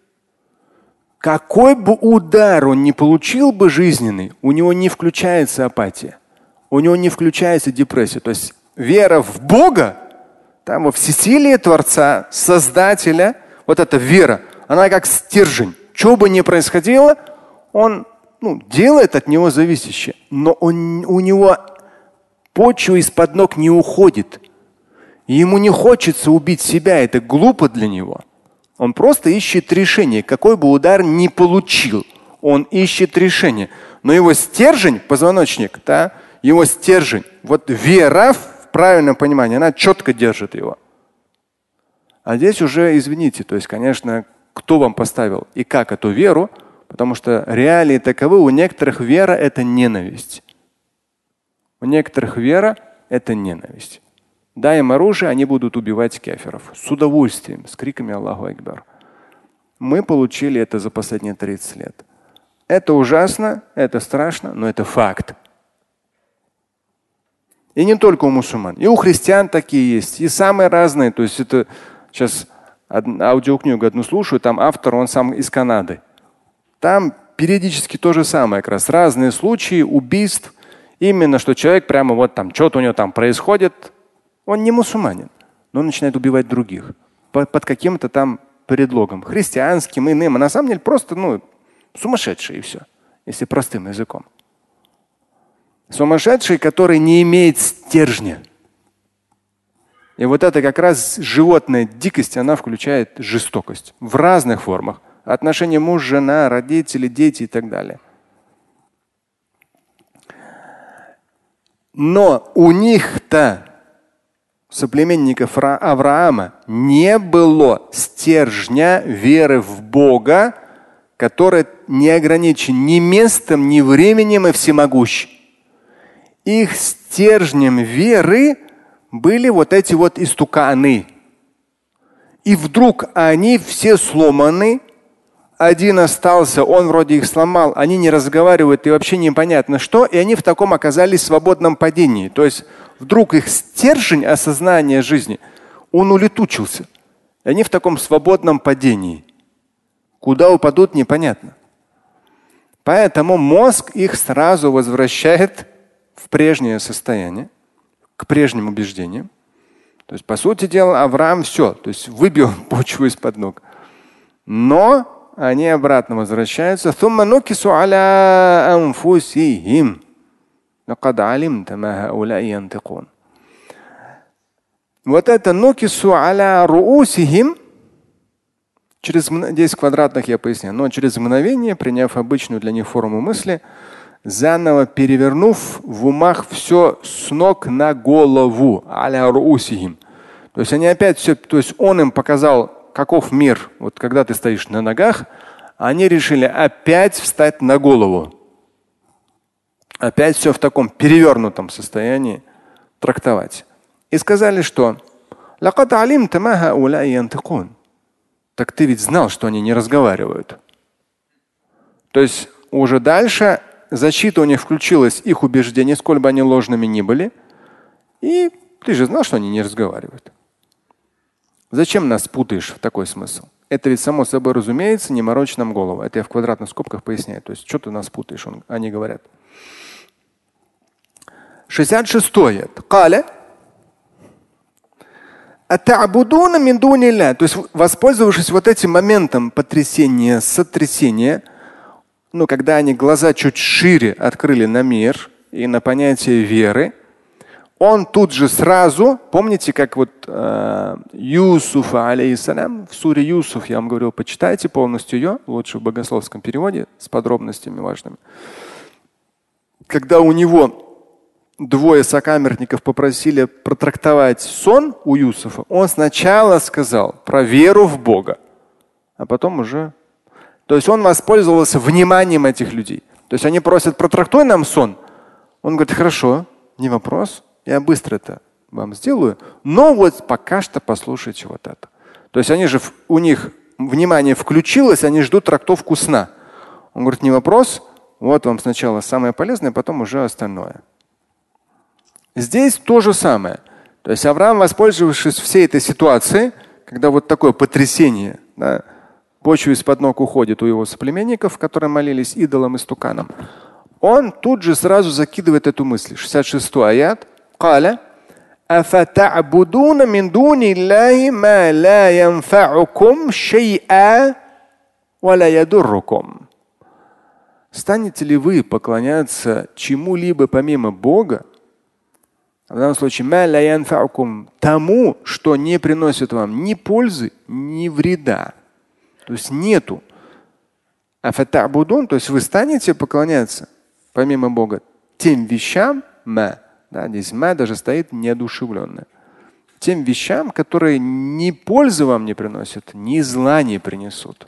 Какой бы удар он ни получил бы жизненный, у него не включается апатия, у него не включается депрессия. То есть вера в Бога, там во всесилие Творца, Создателя, вот эта вера, она как стержень. Что бы ни происходило, он ну, делает от него зависящее. Но он, у него почва из-под ног не уходит. И ему не хочется убить себя, это глупо для него. Он просто ищет решение, какой бы удар ни получил. Он ищет решение. Но его стержень, позвоночник, да, его стержень, вот вера в правильном понимании, она четко держит его. А здесь уже, извините, то есть, конечно, кто вам поставил и как эту веру, потому что реалии таковы, у некоторых вера – это ненависть. У некоторых вера – это ненависть. Дай им оружие, они будут убивать кафиров. С удовольствием, с криками Аллаху Акбар. Мы получили это за последние тридцать лет. Это ужасно, это страшно, но это факт. И не только у мусульман, и у христиан такие есть, и самые разные. То есть это сейчас аудиокнигу одну слушаю, там автор, он сам из Канады. Там периодически то же самое, как раз разные случаи убийств. Именно что человек прямо вот там, что-то у него там происходит. Он не мусульманин, но он начинает убивать других под, под каким-то там предлогом, христианским, иным. А на самом деле просто ну, сумасшедший и все, если простым языком. Сумасшедший, который не имеет стержня. И вот это как раз животная дикость, она включает жестокость в разных формах. Отношения муж, жена, родители, дети и так далее. Но у них-то, соплеменников Авраама, не было стержня веры в Бога, который не ограничен ни местом, ни временем и всемогущ. Их стержнем веры были вот эти вот истуканы. И вдруг они все сломаны. Один остался, он вроде их сломал, они не разговаривают и вообще непонятно что. И они в таком оказались в свободном падении. То есть вдруг их стержень осознания жизни, он улетучился. И они в таком свободном падении. Куда упадут, непонятно. Поэтому мозг их сразу возвращает в прежнее состояние, к прежним убеждениям. То есть, по сути дела, Авраам все, то есть выбил почву из-под ног. Но они обратно возвращаются. Вот это нукису аля руусихим, через десять квадратных я поясню, но через мгновение, приняв обычную для них форму мысли, заново перевернув в умах все с ног на голову, аля руусихим. То есть они опять все, то есть он им показал, каков мир, вот когда ты стоишь на ногах, они решили опять встать на голову. Опять все в таком перевернутом состоянии трактовать. И сказали, что так ты ведь знал, что они не разговаривают. То есть уже дальше защита у них включилась, их убеждения, сколь бы они ложными ни были. И ты же знал, что они не разговаривают. Зачем нас путаешь в такой смысл? Это ведь само собой разумеется, не морочь нам голову. Это я в квадратных скобках поясняю. То есть что ты нас путаешь, он, они говорят. шестьдесят шестое. Каля. То есть, воспользовавшись вот этим моментом потрясения, сотрясения, ну, когда они глаза чуть шире открыли на мир и на понятие веры, он тут же сразу, помните, как вот э, Юсуф, алейхиссалям, в суре Юсуф, я вам говорил, почитайте полностью ее, лучше в богословском переводе, с подробностями важными. Когда у него двое сокамерников попросили протрактовать сон у Юсуфа, он сначала сказал про веру в Бога, а потом уже… То есть он воспользовался вниманием этих людей. То есть они просят, протрактуй нам сон. Он говорит, хорошо, не вопрос, я быстро это вам сделаю, но вот пока что послушайте вот это. То есть они же, у них внимание включилось, они ждут трактовку сна. Он говорит, не вопрос, вот вам сначала самое полезное, потом уже остальное. Здесь то же самое. То есть Авраам, воспользовавшись всей этой ситуацией, когда вот такое потрясение, да, почва из-под ног уходит у его соплеменников, которые молились идолам и стуканам, он тут же сразу закидывает эту мысль. шестьдесят шестой аят. قال أفتعبدون من دون الله ما لا ينفعكم شيئا ولا يضركم. Станете ли вы поклоняться чему-либо помимо Бога? В данном случае тому, что не приносит вам ни пользы, ни вреда. То есть нету. Афатабудун, то есть вы станете поклоняться помимо Бога тем вещам, ма, да, здесь ма даже стоит неодушевленное, тем вещам, которые ни пользы вам не приносят, ни зла не принесут.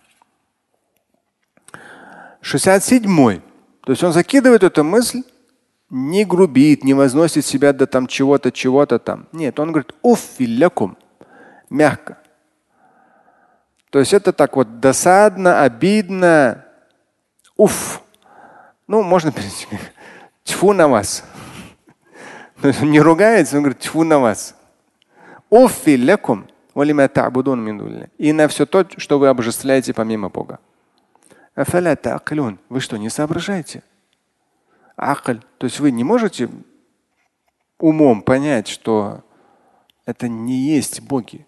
шестьдесят седьмой. То есть он закидывает эту мысль, не грубит, не возносит себя до там чего-то, чего-то там. Нет, он говорит уффилякум, мягко. То есть это так вот досадно, обидно. Уф. Ну, можно перейти. Тьфу на вас. Не ругается, он говорит тьфу на вас. Уффилякум валима та'будун мин дунилля. И на все то, что вы обожествляете помимо Бога. Афаля та'акилун. Вы что, не соображаете? Акль. То есть вы не можете умом понять, что это не есть боги.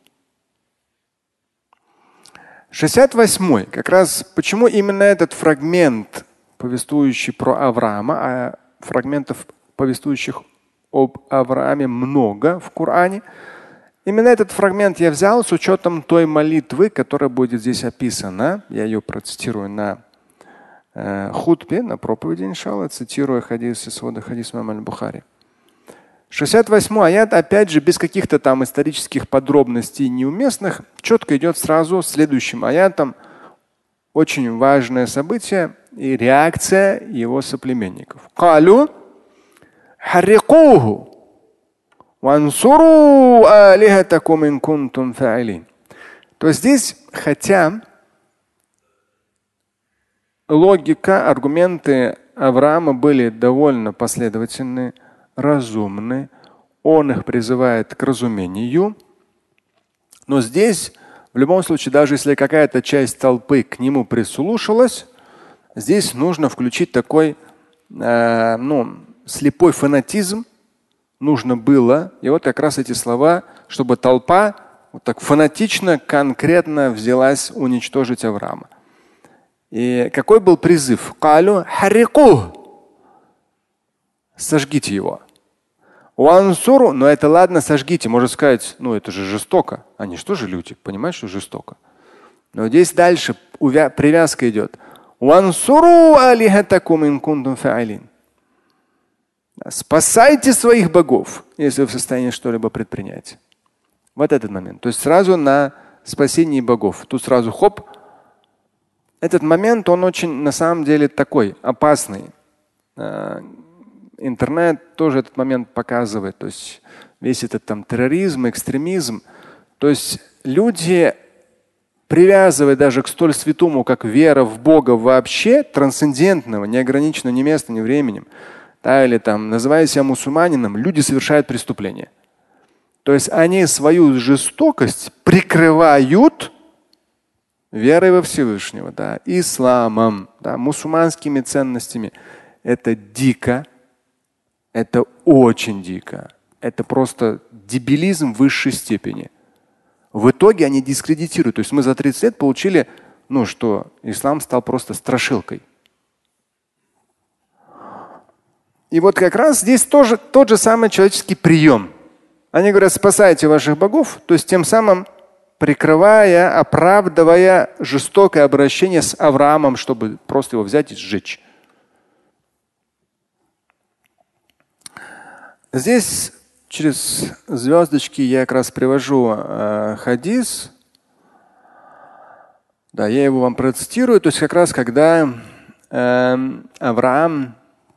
шестьдесят восьмой. Как раз почему именно этот фрагмент, повествующий про Авраама, а фрагментов, повествующих об Аврааме, много в Коране. Именно этот фрагмент я взял с учетом той молитвы, которая будет здесь описана. Я ее процитирую на э, хутбе, на проповеди, иншалла, цитируя хадис из свода хадис имама аль-Бухари. шестьдесят восьмой аят, опять же, без каких-то там исторических подробностей неуместных, четко идет сразу следующим аятом. Очень важное событие и реакция его соплеменников. Калю харрикуху вансуру алихатакум ин кунтум фа'илин. То есть здесь, хотя логика, аргументы Авраама были довольно последовательны, разумны, он их призывает к разумению, но здесь в любом случае, даже если какая-то часть толпы к нему прислушалась, здесь нужно включить такой э, ну, слепой фанатизм. Нужно было, и вот как раз эти слова, чтобы толпа вот так фанатично, конкретно взялась уничтожить Авраама. И какой был призыв? Калю харику. Сожгите его. Уансуру, но это ладно, сожгите. Можно сказать, ну это же жестоко. Они что же люди? Понимаешь, что жестоко? Но здесь дальше привязка идет. Уансуру алихатакум ин кунтум фа'илин. Спасайте своих богов, если вы в состоянии что-либо предпринять. Вот этот момент. То есть сразу на спасении богов. Тут сразу хоп. Этот момент, он очень на самом деле такой опасный. Интернет тоже этот момент показывает. То есть весь этот там терроризм, экстремизм. То есть люди, привязывая даже к столь святому, как вера в Бога вообще, трансцендентного, не ограниченного ни местом, ни временем, да, или там, называя себя мусульманином, люди совершают преступления. То есть они свою жестокость прикрывают верой во Всевышнего, да, исламом, да, мусульманскими ценностями. Это дико, это очень дико. Это просто дебилизм высшей степени. В итоге они дискредитируют. То есть мы за тридцать лет получили, ну что, ислам стал просто страшилкой. И вот как раз здесь тоже тот же самый человеческий прием. Они говорят, спасайте ваших богов, то есть тем самым прикрывая, оправдывая жестокое обращение с Авраамом, чтобы просто его взять и сжечь. Здесь через звездочки я как раз привожу э, хадис. Да, я его вам процитирую. То есть как раз когда э, Авраам,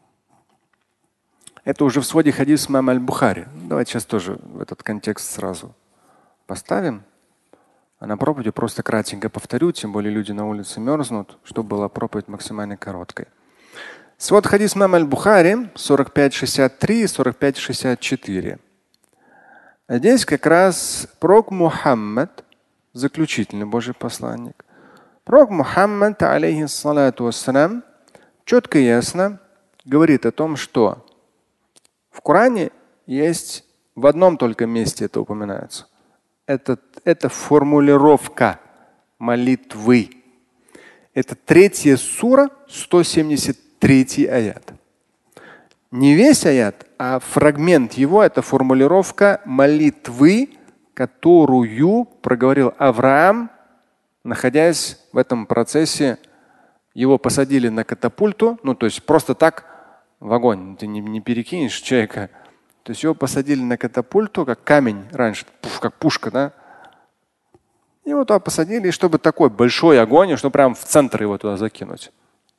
это уже в своде хадис имама аль-Бухари. Давайте сейчас тоже в этот контекст сразу поставим. А на проповеди просто кратенько повторю, тем более люди на улице мерзнут, чтобы была проповедь максимально короткой. Свод хадис имама аль-Бухари сорок пять шестьдесят три и сорок пять шестьдесят четыре. Здесь как раз пророк Мухаммад, заключительный Божий посланник, пророк Мухаммад, алейхиссалату вассалям, четко и ясно говорит о том, что в Коране есть в одном только месте это упоминается. Это, это формулировка молитвы. Это третья сура, сто семьдесят третий аят. Не весь аят, а фрагмент его – это формулировка молитвы, которую проговорил Авраам, находясь в этом процессе. Его посадили на катапульту, ну то есть просто так в огонь, ты не, не перекинешь человека. То есть его посадили на катапульту, как камень раньше, пуф, как пушка, да? Его туда посадили, и чтобы такой большой огонь, чтобы прям в центр его туда закинуть.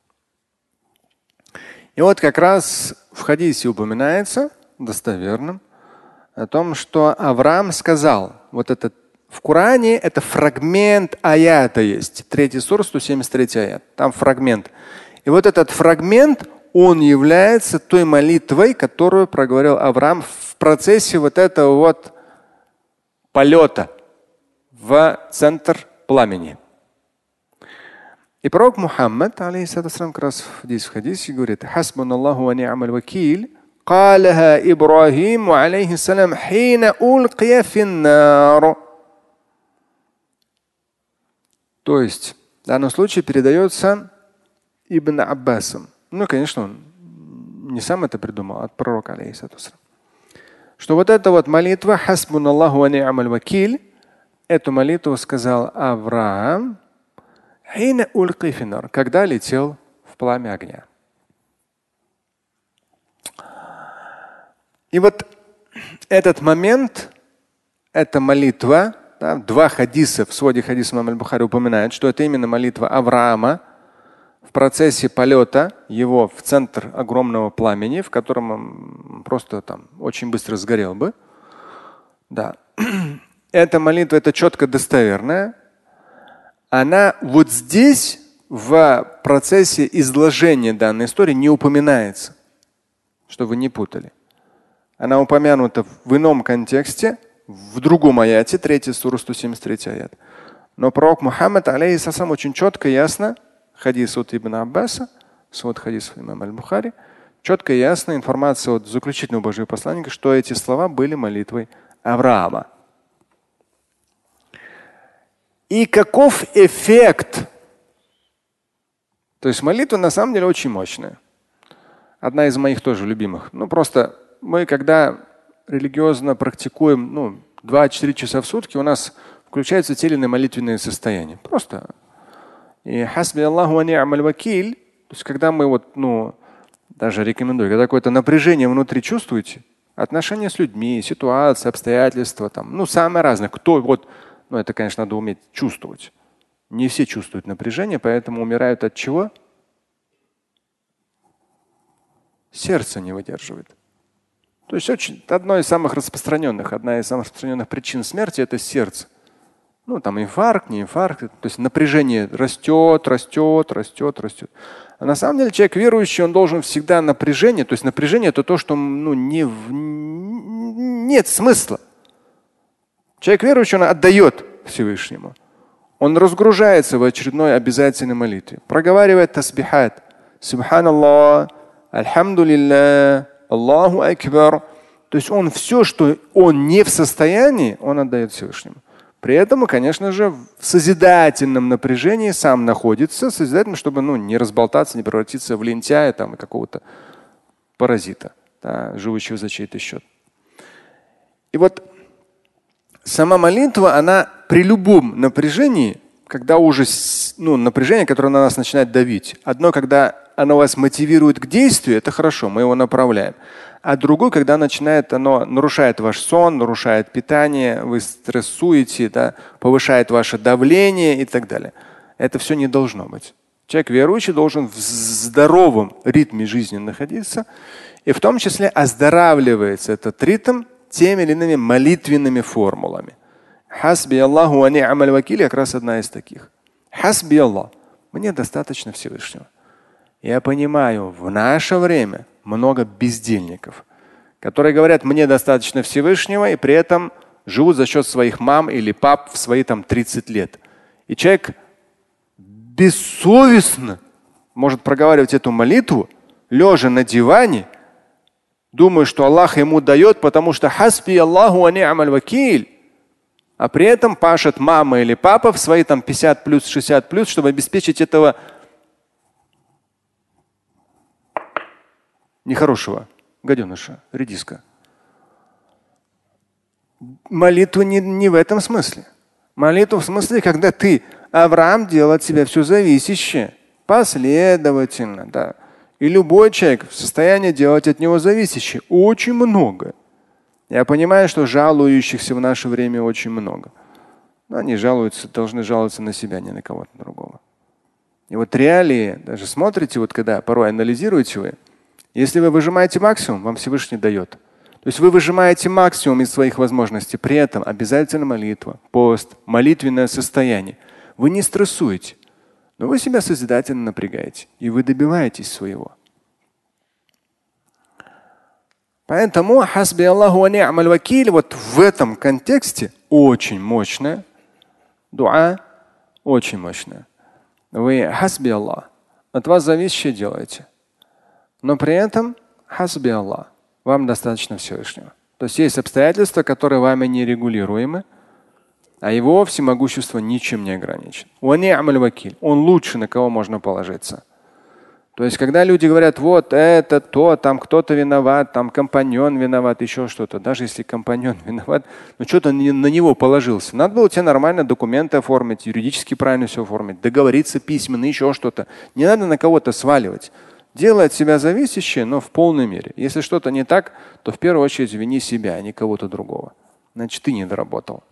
И вот как раз в хадисе упоминается достоверным о том, что Авраам сказал, вот этот в Коране это фрагмент аята есть, третий сура, сто семьдесят третий аят, там фрагмент. И вот этот фрагмент, он является той молитвой, которую проговорил Авраам в процессе вот этого вот полета в центр пламени. И пророк Мухаммад, алейхиссалам, как раз здесь в хадисе говорит: «Хасбуналлаху ва ни'маль вакиль, قالها إبراهيم عليه السلام حين ألقي في النار». То есть в данном случае передается Ибн Аббасом. Ну, конечно, он не сам это придумал, а от пророка, алейхиссалам. Что вот эта вот молитва «Хасбуналлаху ва ни'маль вакиль», эту молитву сказал Авраам, когда летел в пламя огня. И вот этот момент, эта молитва, да, два хадиса в своде хадиса имама аль-Бухари упоминают, что это именно молитва Авраама в процессе полета его в центр огромного пламени, в котором он просто там очень быстро сгорел бы. Да. Эта молитва, это четко достоверная. Она вот здесь в процессе изложения данной истории не упоминается, чтобы вы не путали. Она упомянута в ином контексте, в другом аяте, третья сура, сто семьдесят третий аят. Но пророк Мухаммад, алейхиссалам, очень четко и ясно, хадис от Ибн Аббаса, свод хадисов имама аль-Бухари, четко и ясно информация от заключительного Божьего посланника, что эти слова были молитвой Авраама. И каков эффект? То есть молитва на самом деле очень мощная. Одна из моих тоже любимых. Ну просто мы, когда религиозно практикуем ну, два-четыре часа в сутки, у нас включаются те или иные молитвенные состояния. Просто. И хасби Аллаху ва ни'маль вакиль, то есть когда мы вот, ну, даже рекомендую, когда какое-то напряжение внутри чувствуете, Отношения с людьми, ситуации, обстоятельства, там, ну, самые разные. Кто вот, ну, это, конечно, надо уметь чувствовать. Не все чувствуют напряжение, поэтому умирают от чего? Сердце не выдерживает. То есть очень, одно из самых распространенных, одна из самых распространенных причин смерти – это сердце. Ну, там инфаркт, не инфаркт. То есть напряжение растет, растет, растет, растет. А на самом деле человек верующий, он должен всегда напряжение. То есть напряжение – это то, что ну, не в... нет смысла. Человек верующий, он отдает Всевышнему. Он разгружается в очередной обязательной молитве. Проговаривает тасбихат. Субханаллах, альхамдулилля, Аллаху акбар. То есть он все, что он не в состоянии, он отдает Всевышнему. При этом, конечно же, в созидательном напряжении сам находится, созидательным, чтобы ну, не разболтаться, не превратиться в лентяя там, и какого-то паразита, да, живущего за чей-то счет. И вот сама молитва, она при любом напряжении, когда уже ну, напряжение, которое на нас начинает давить, одно, когда оно вас мотивирует к действию, это хорошо, мы его направляем. А другой, когда начинает, оно нарушает ваш сон, нарушает питание, вы стрессуете, да, повышает ваше давление и так далее. Это все не должно быть. Человек верующий должен в здоровом ритме жизни находиться, и в том числе оздоравливается этот ритм теми или иными молитвенными формулами. Хасби Аллаху ва ни'маль вакиль как раз одна из таких. Хасби Аллах. Мне достаточно Всевышнего. Я понимаю, в наше время много бездельников, которые говорят, мне достаточно Всевышнего, и при этом живут за счет своих мам или пап в свои там тридцать лет. И человек бессовестно может проговаривать эту молитву, лежа на диване, думая, что Аллах ему дает, потому что хасби Аллаху ва ни'маль вакиль. А при этом пашет мама или папа в свои там пятьдесят плюс, шестьдесят плюс, чтобы обеспечить этого нехорошего гаденыша, редиска. Молитва не, не в этом смысле. Молитва в смысле, когда ты, Авраам, делал от себя все зависящее, последовательно, да. И любой человек в состоянии делать от него зависящее. Очень много. Я понимаю, что жалующихся в наше время очень много. Но они жалуются, должны жаловаться на себя, не на кого-то другого. И вот реалии, даже смотрите, вот когда порой анализируете вы, если вы выжимаете максимум, вам Всевышний дает. То есть вы выжимаете максимум из своих возможностей, при этом обязательно молитва, пост, молитвенное состояние. Вы не стрессуете, но вы себя созидательно напрягаете, и вы добиваетесь своего. Поэтому хасби Аллаху ва ни'маль вакиль вот в этом контексте очень мощная дуа, очень мощная. Вы хасби Аллах, от вас зависящее делаете. Но при этом хасби Аллах, вам достаточно Всевышнего. То есть есть обстоятельства, которые вами не регулируемы, а его всемогущество ничем не ограничено. Он лучше, на кого можно положиться. То есть, когда люди говорят, вот это, то, там кто-то виноват, там компаньон виноват, еще что-то, даже если компаньон виноват, ну что-то на него положился. Надо было тебе нормально документы оформить, юридически правильно все оформить, договориться письменно, еще что-то. Не надо на кого-то сваливать. Делай от себя зависящее, но в полной мере. Если что-то не так, то в первую очередь вини себя, а не кого-то другого. Значит, ты не доработал.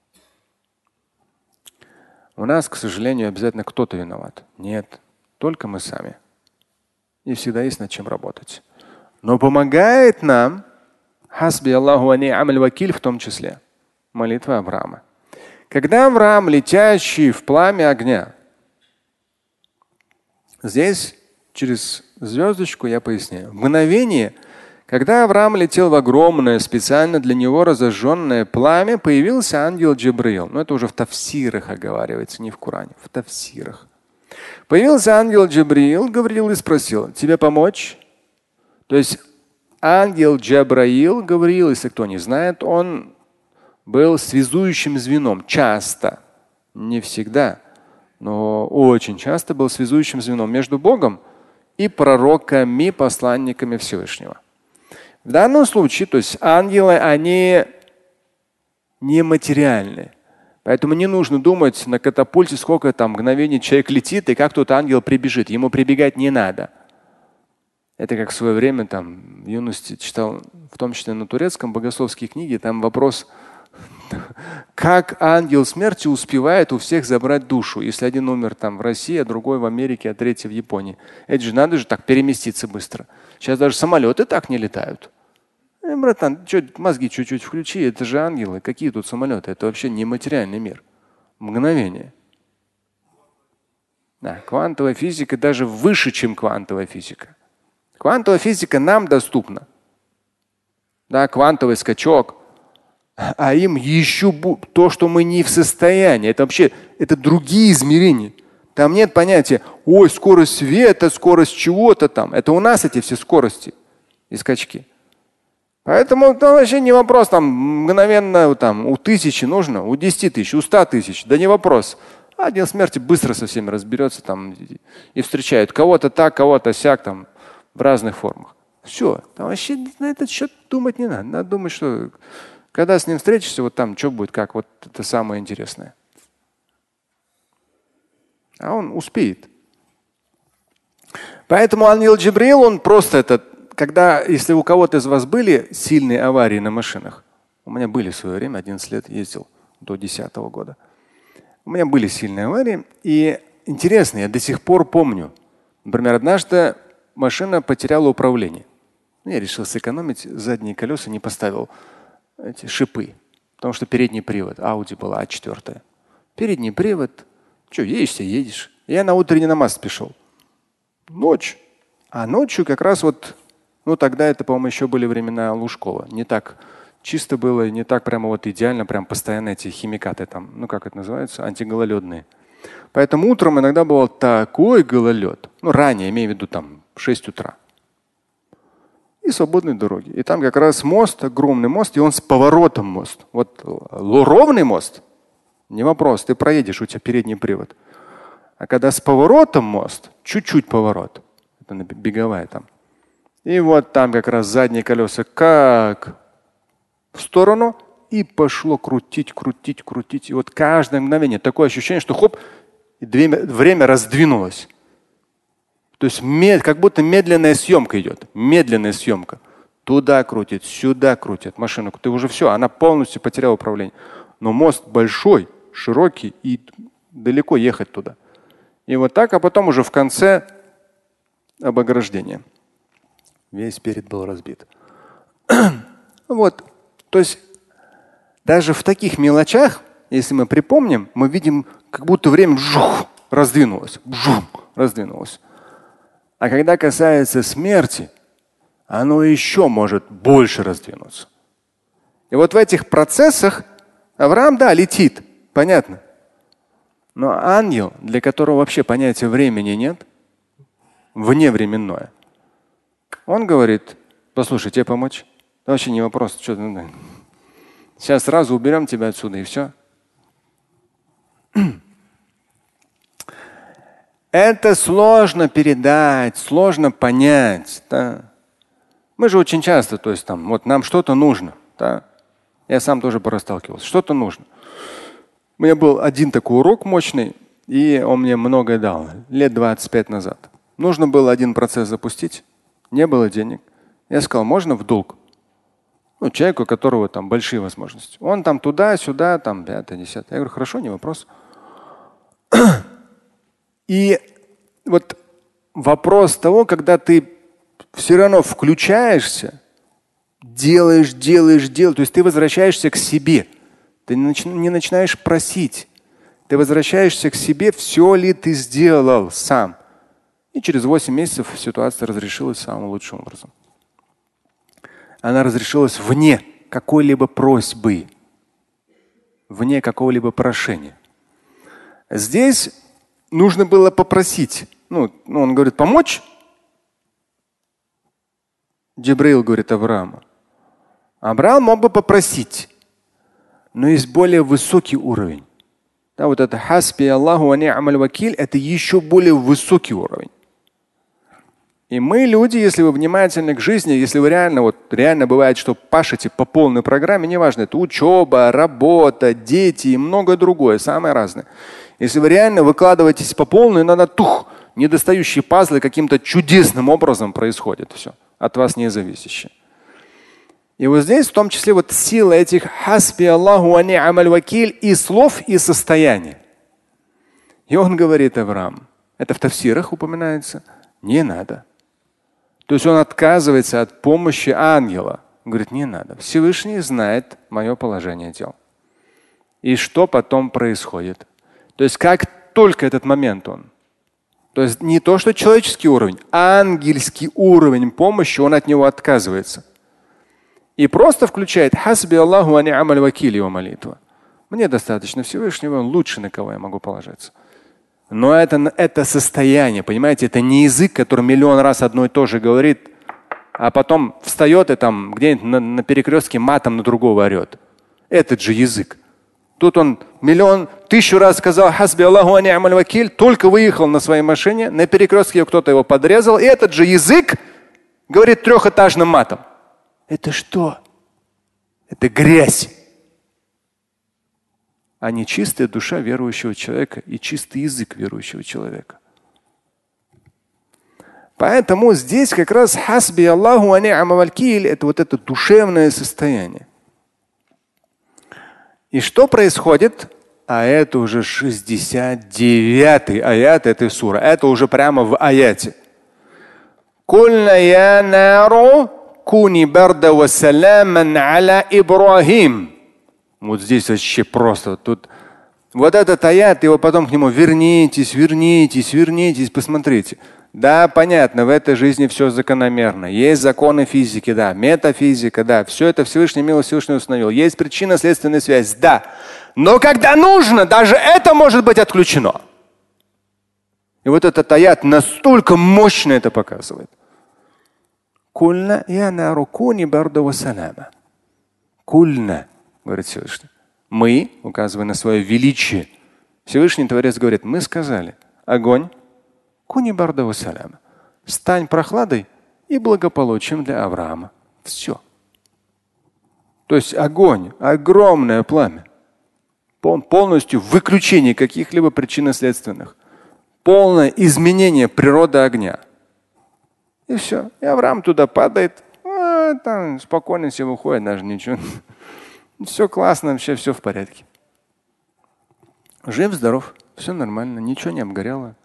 У нас, к сожалению, обязательно кто-то виноват. Нет, только мы сами. И всегда есть над чем работать. Но помогает нам хасби Аллаху ва ни'маль вакиль в том числе. Молитва Авраама. Когда Авраам, летящий в пламя огня, здесь через звездочку я поясняю. В мгновение, когда Авраам летел в огромное, специально для него разожженное пламя, появился ангел Джибраил. Но это уже в тафсирах оговаривается, не в Коране, в тафсирах. Появился ангел Джибраил, Гавриил, и спросил, тебе помочь? То есть ангел Джабраил, Гавриил, если кто не знает, он был связующим звеном часто, не всегда, но очень часто был связующим звеном между Богом и пророками, посланниками Всевышнего. В данном случае, то есть ангелы, они нематериальны. Поэтому не нужно думать на катапульте, сколько там мгновений человек летит, и как тот ангел прибежит. Ему прибегать не надо. Это как в свое время там, в юности читал в том числе на турецком, богословские книги, там вопрос, как ангел смерти успевает у всех забрать душу, если один умер там в России, а другой в Америке, а третий в Японии. Это же надо же так переместиться быстро. Сейчас даже самолеты так не летают. Э, братан, чё, мозги чуть-чуть включи, это же ангелы. Какие тут самолеты? Это вообще нематериальный мир. Мгновение. Да, квантовая физика даже выше, чем квантовая физика. Квантовая физика нам доступна. Да, квантовый скачок. А им еще то, что мы не в состоянии. Это вообще это другие измерения. Там нет понятия, ой, скорость света, скорость чего-то там. Это у нас эти все скорости и скачки. Поэтому там вообще не вопрос, там мгновенно там, у тысячи нужно, у десяти тысяч, у ста тысяч. Да не вопрос. Ангел смерти быстро со всеми разберется там, и встречает кого-то так, кого-то сяк там, в разных формах. Все. Там вообще на этот счет думать не надо. Надо думать, что когда с ним встретишься, вот там что будет, как, вот это самое интересное. А он успеет. Поэтому ангел Джибрил, он просто это, когда, если у кого-то из вас были сильные аварии на машинах, у меня были в свое время, одиннадцать лет ездил до десятого года. У меня были сильные аварии. И интересно, я до сих пор помню. Например, однажды машина потеряла управление. Я решил сэкономить, задние колеса не поставил эти шипы, потому что передний привод, Audi была а четыре. Передний привод, что, едешь, едешь. Я на утренний намаз пришел. Ночь. А ночью как раз вот, ну тогда это, по-моему, еще были времена Лужкова. Не так чисто было, не так прямо вот идеально, прям постоянно эти химикаты там, ну как это называется, антигололедные. Поэтому утром иногда бывал такой гололед. Ну ранее, имею в виду там в шесть утра. И свободные дороги. И там как раз мост, огромный мост, и он с поворотом мост. Вот ровный мост, не вопрос, ты проедешь, у тебя передний привод. А когда с поворотом мост, чуть-чуть поворот, это беговая там. И вот там как раз задние колеса как в сторону, и пошло крутить, крутить, крутить. И вот каждое мгновение такое ощущение, что хоп, и время раздвинулось. То есть как будто медленная съемка идет. Медленная съемка. Туда крутит, сюда крутит машину. Ты уже все, она полностью потеряла управление. Но мост большой, широкий, и далеко ехать туда. И вот так, а потом уже в конце об ограждение. Весь перед был разбит. Вот. То есть даже в таких мелочах, если мы припомним, мы видим, как будто время жух, раздвинулось. Жух, раздвинулось. А когда касается смерти, оно еще может больше раздвинуться. И вот в этих процессах Авраам, да, летит, понятно. Но ангел, для которого вообще понятия времени нет, вневременное, он говорит, послушай, тебе помочь? Да вообще не вопрос. Что, ну, сейчас сразу уберем тебя отсюда и все. Это сложно передать, сложно понять. Да? Мы же очень часто, то есть там, вот нам что-то нужно. Да? Я сам тоже порасталкивался. Что-то нужно. У меня был один такой урок мощный, и он мне многое дал. Лет двадцать пять назад. Нужно было один процесс запустить, не было денег. Я сказал, можно в долг? Ну, человеку, у которого там большие возможности. Он там туда-сюда, там пятое, десятое. Я говорю, хорошо, не вопрос. И вот вопрос того, когда ты все равно включаешься, делаешь, делаешь, делаешь, то есть ты возвращаешься к себе. Ты не начинаешь просить. Ты возвращаешься к себе, все ли ты сделал сам. И через восемь месяцев ситуация разрешилась самым лучшим образом. Она разрешилась вне какой-либо просьбы, вне какого-либо прошения. Здесь нужно было попросить. Ну, он говорит, помочь? Джибраил говорит Аврааму. Авраам мог бы попросить. Но есть более высокий уровень. Да, вот это хасби Аллаху ва ни'маль вакиль, это еще более высокий уровень. И мы, люди, если вы внимательны к жизни, если вы реально, вот реально бывает, что пашете по полной программе, неважно, это учеба, работа, дети и многое другое, самое разное. Если вы реально выкладываетесь по полной, иногда тух, недостающие пазлы каким-то чудесным образом происходят все, от вас не зависящее. И вот здесь в том числе вот сила этих хасби Аллаху ва ни'маль вакиль и слов, и состояния. И он говорит Авраам, это в тафсирах упоминается, не надо. То есть он отказывается от помощи ангела. Он говорит, не надо. Всевышний знает мое положение дел. И что потом происходит. То есть как только этот момент он. То есть не то, что человеческий уровень, а ангельский уровень помощи, он от него отказывается. И просто включает хасби Аллаху ва ни'маль вакиль, его молитва. Мне достаточно Всевышнего, он лучше, на кого я могу положиться. Но это, это состояние, понимаете, это не язык, который миллион раз одно и то же говорит, а потом встает и там где-нибудь на, на перекрестке матом на другого орет. Этот же язык. Тут он миллион, тысячу раз сказал хасби Аллаху ва ни'маль вакиль, только выехал на своей машине, на перекрестке кто-то его подрезал, и этот же язык говорит трехэтажным матом. Это что? Это грязь. А не чистая душа верующего человека и чистый язык верующего человека. Поэтому здесь как раз хасби Аллаху ва ни'маль вакиль — это вот это душевное состояние. И что происходит? А это уже шестьдесят девятый аят этой суры. Это уже прямо в аяте. Кульна я нару куни барда ва саламан аля Ибрахим. Вот здесь вообще просто. Тут вот этот аят, его потом к нему вернитесь, вернитесь, вернитесь, посмотрите. Да, понятно, в этой жизни все закономерно. Есть законы физики, да, метафизика, да, все это Всевышний милость Всевышний установил. Есть причинно-следственная связь, да. Но когда нужно, даже это может быть отключено. И вот этот аят настолько мощно это показывает. Кульна я нару куни барда ва салама. Кульна, говорит Всевышний. Мы, указывая на свое величие, Всевышний Творец говорит, мы сказали, огонь, куни барда ва салама, стань прохладой и благополучием для Авраама. Все. То есть огонь, огромное пламя, полностью выключение каких-либо причинно-следственных, полное изменение природы огня. И все. И Авраам туда падает, а, там спокойно себе выходит, даже ничего. Все классно, вообще все в порядке. Жив, здоров, все нормально, ничего не обгорело.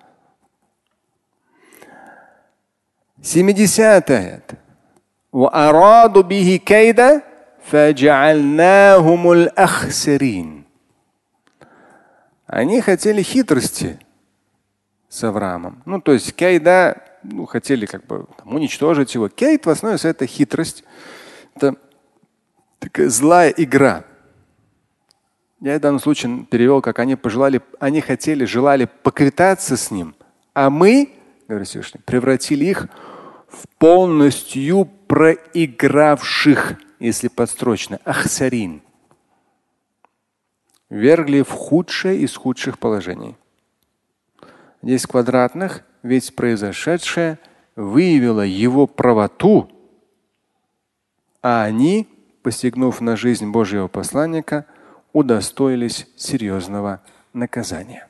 семидесятый аят. وَأَرَادُوا بِهِ كَيْدًا فَجَعَلْنَاهُمُ الْأَخْسَرِينَ. Они хотели хитрости с Авраамом. Ну, то есть кейда, ну, хотели как бы там, уничтожить его. Кейд в основе это хитрость. Это такая злая игра. Я в данном случае перевел, как они пожелали, они хотели, желали поквитаться с ним, а мы, говорит Всевышний, превратили их в полностью проигравших, если подстрочно, ахсарин. Вергли в худшее из худших положений. Здесь квадратных, ведь произошедшее выявило его правоту, а они, посягнув на жизнь Божьего посланника, удостоились серьезного наказания.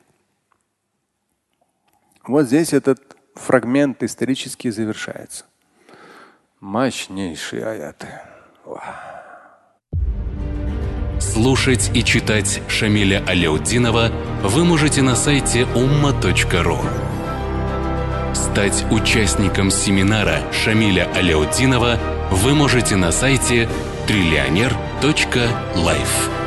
Вот здесь этот фрагмент исторически завершается. Мощнейшие аяты. Слушать и читать Шамиля Аляутдинова вы можете на сайте умма точка ру. Стать участником семинара Шамиля Аляутдинова вы можете на сайте триллионер точка лайф.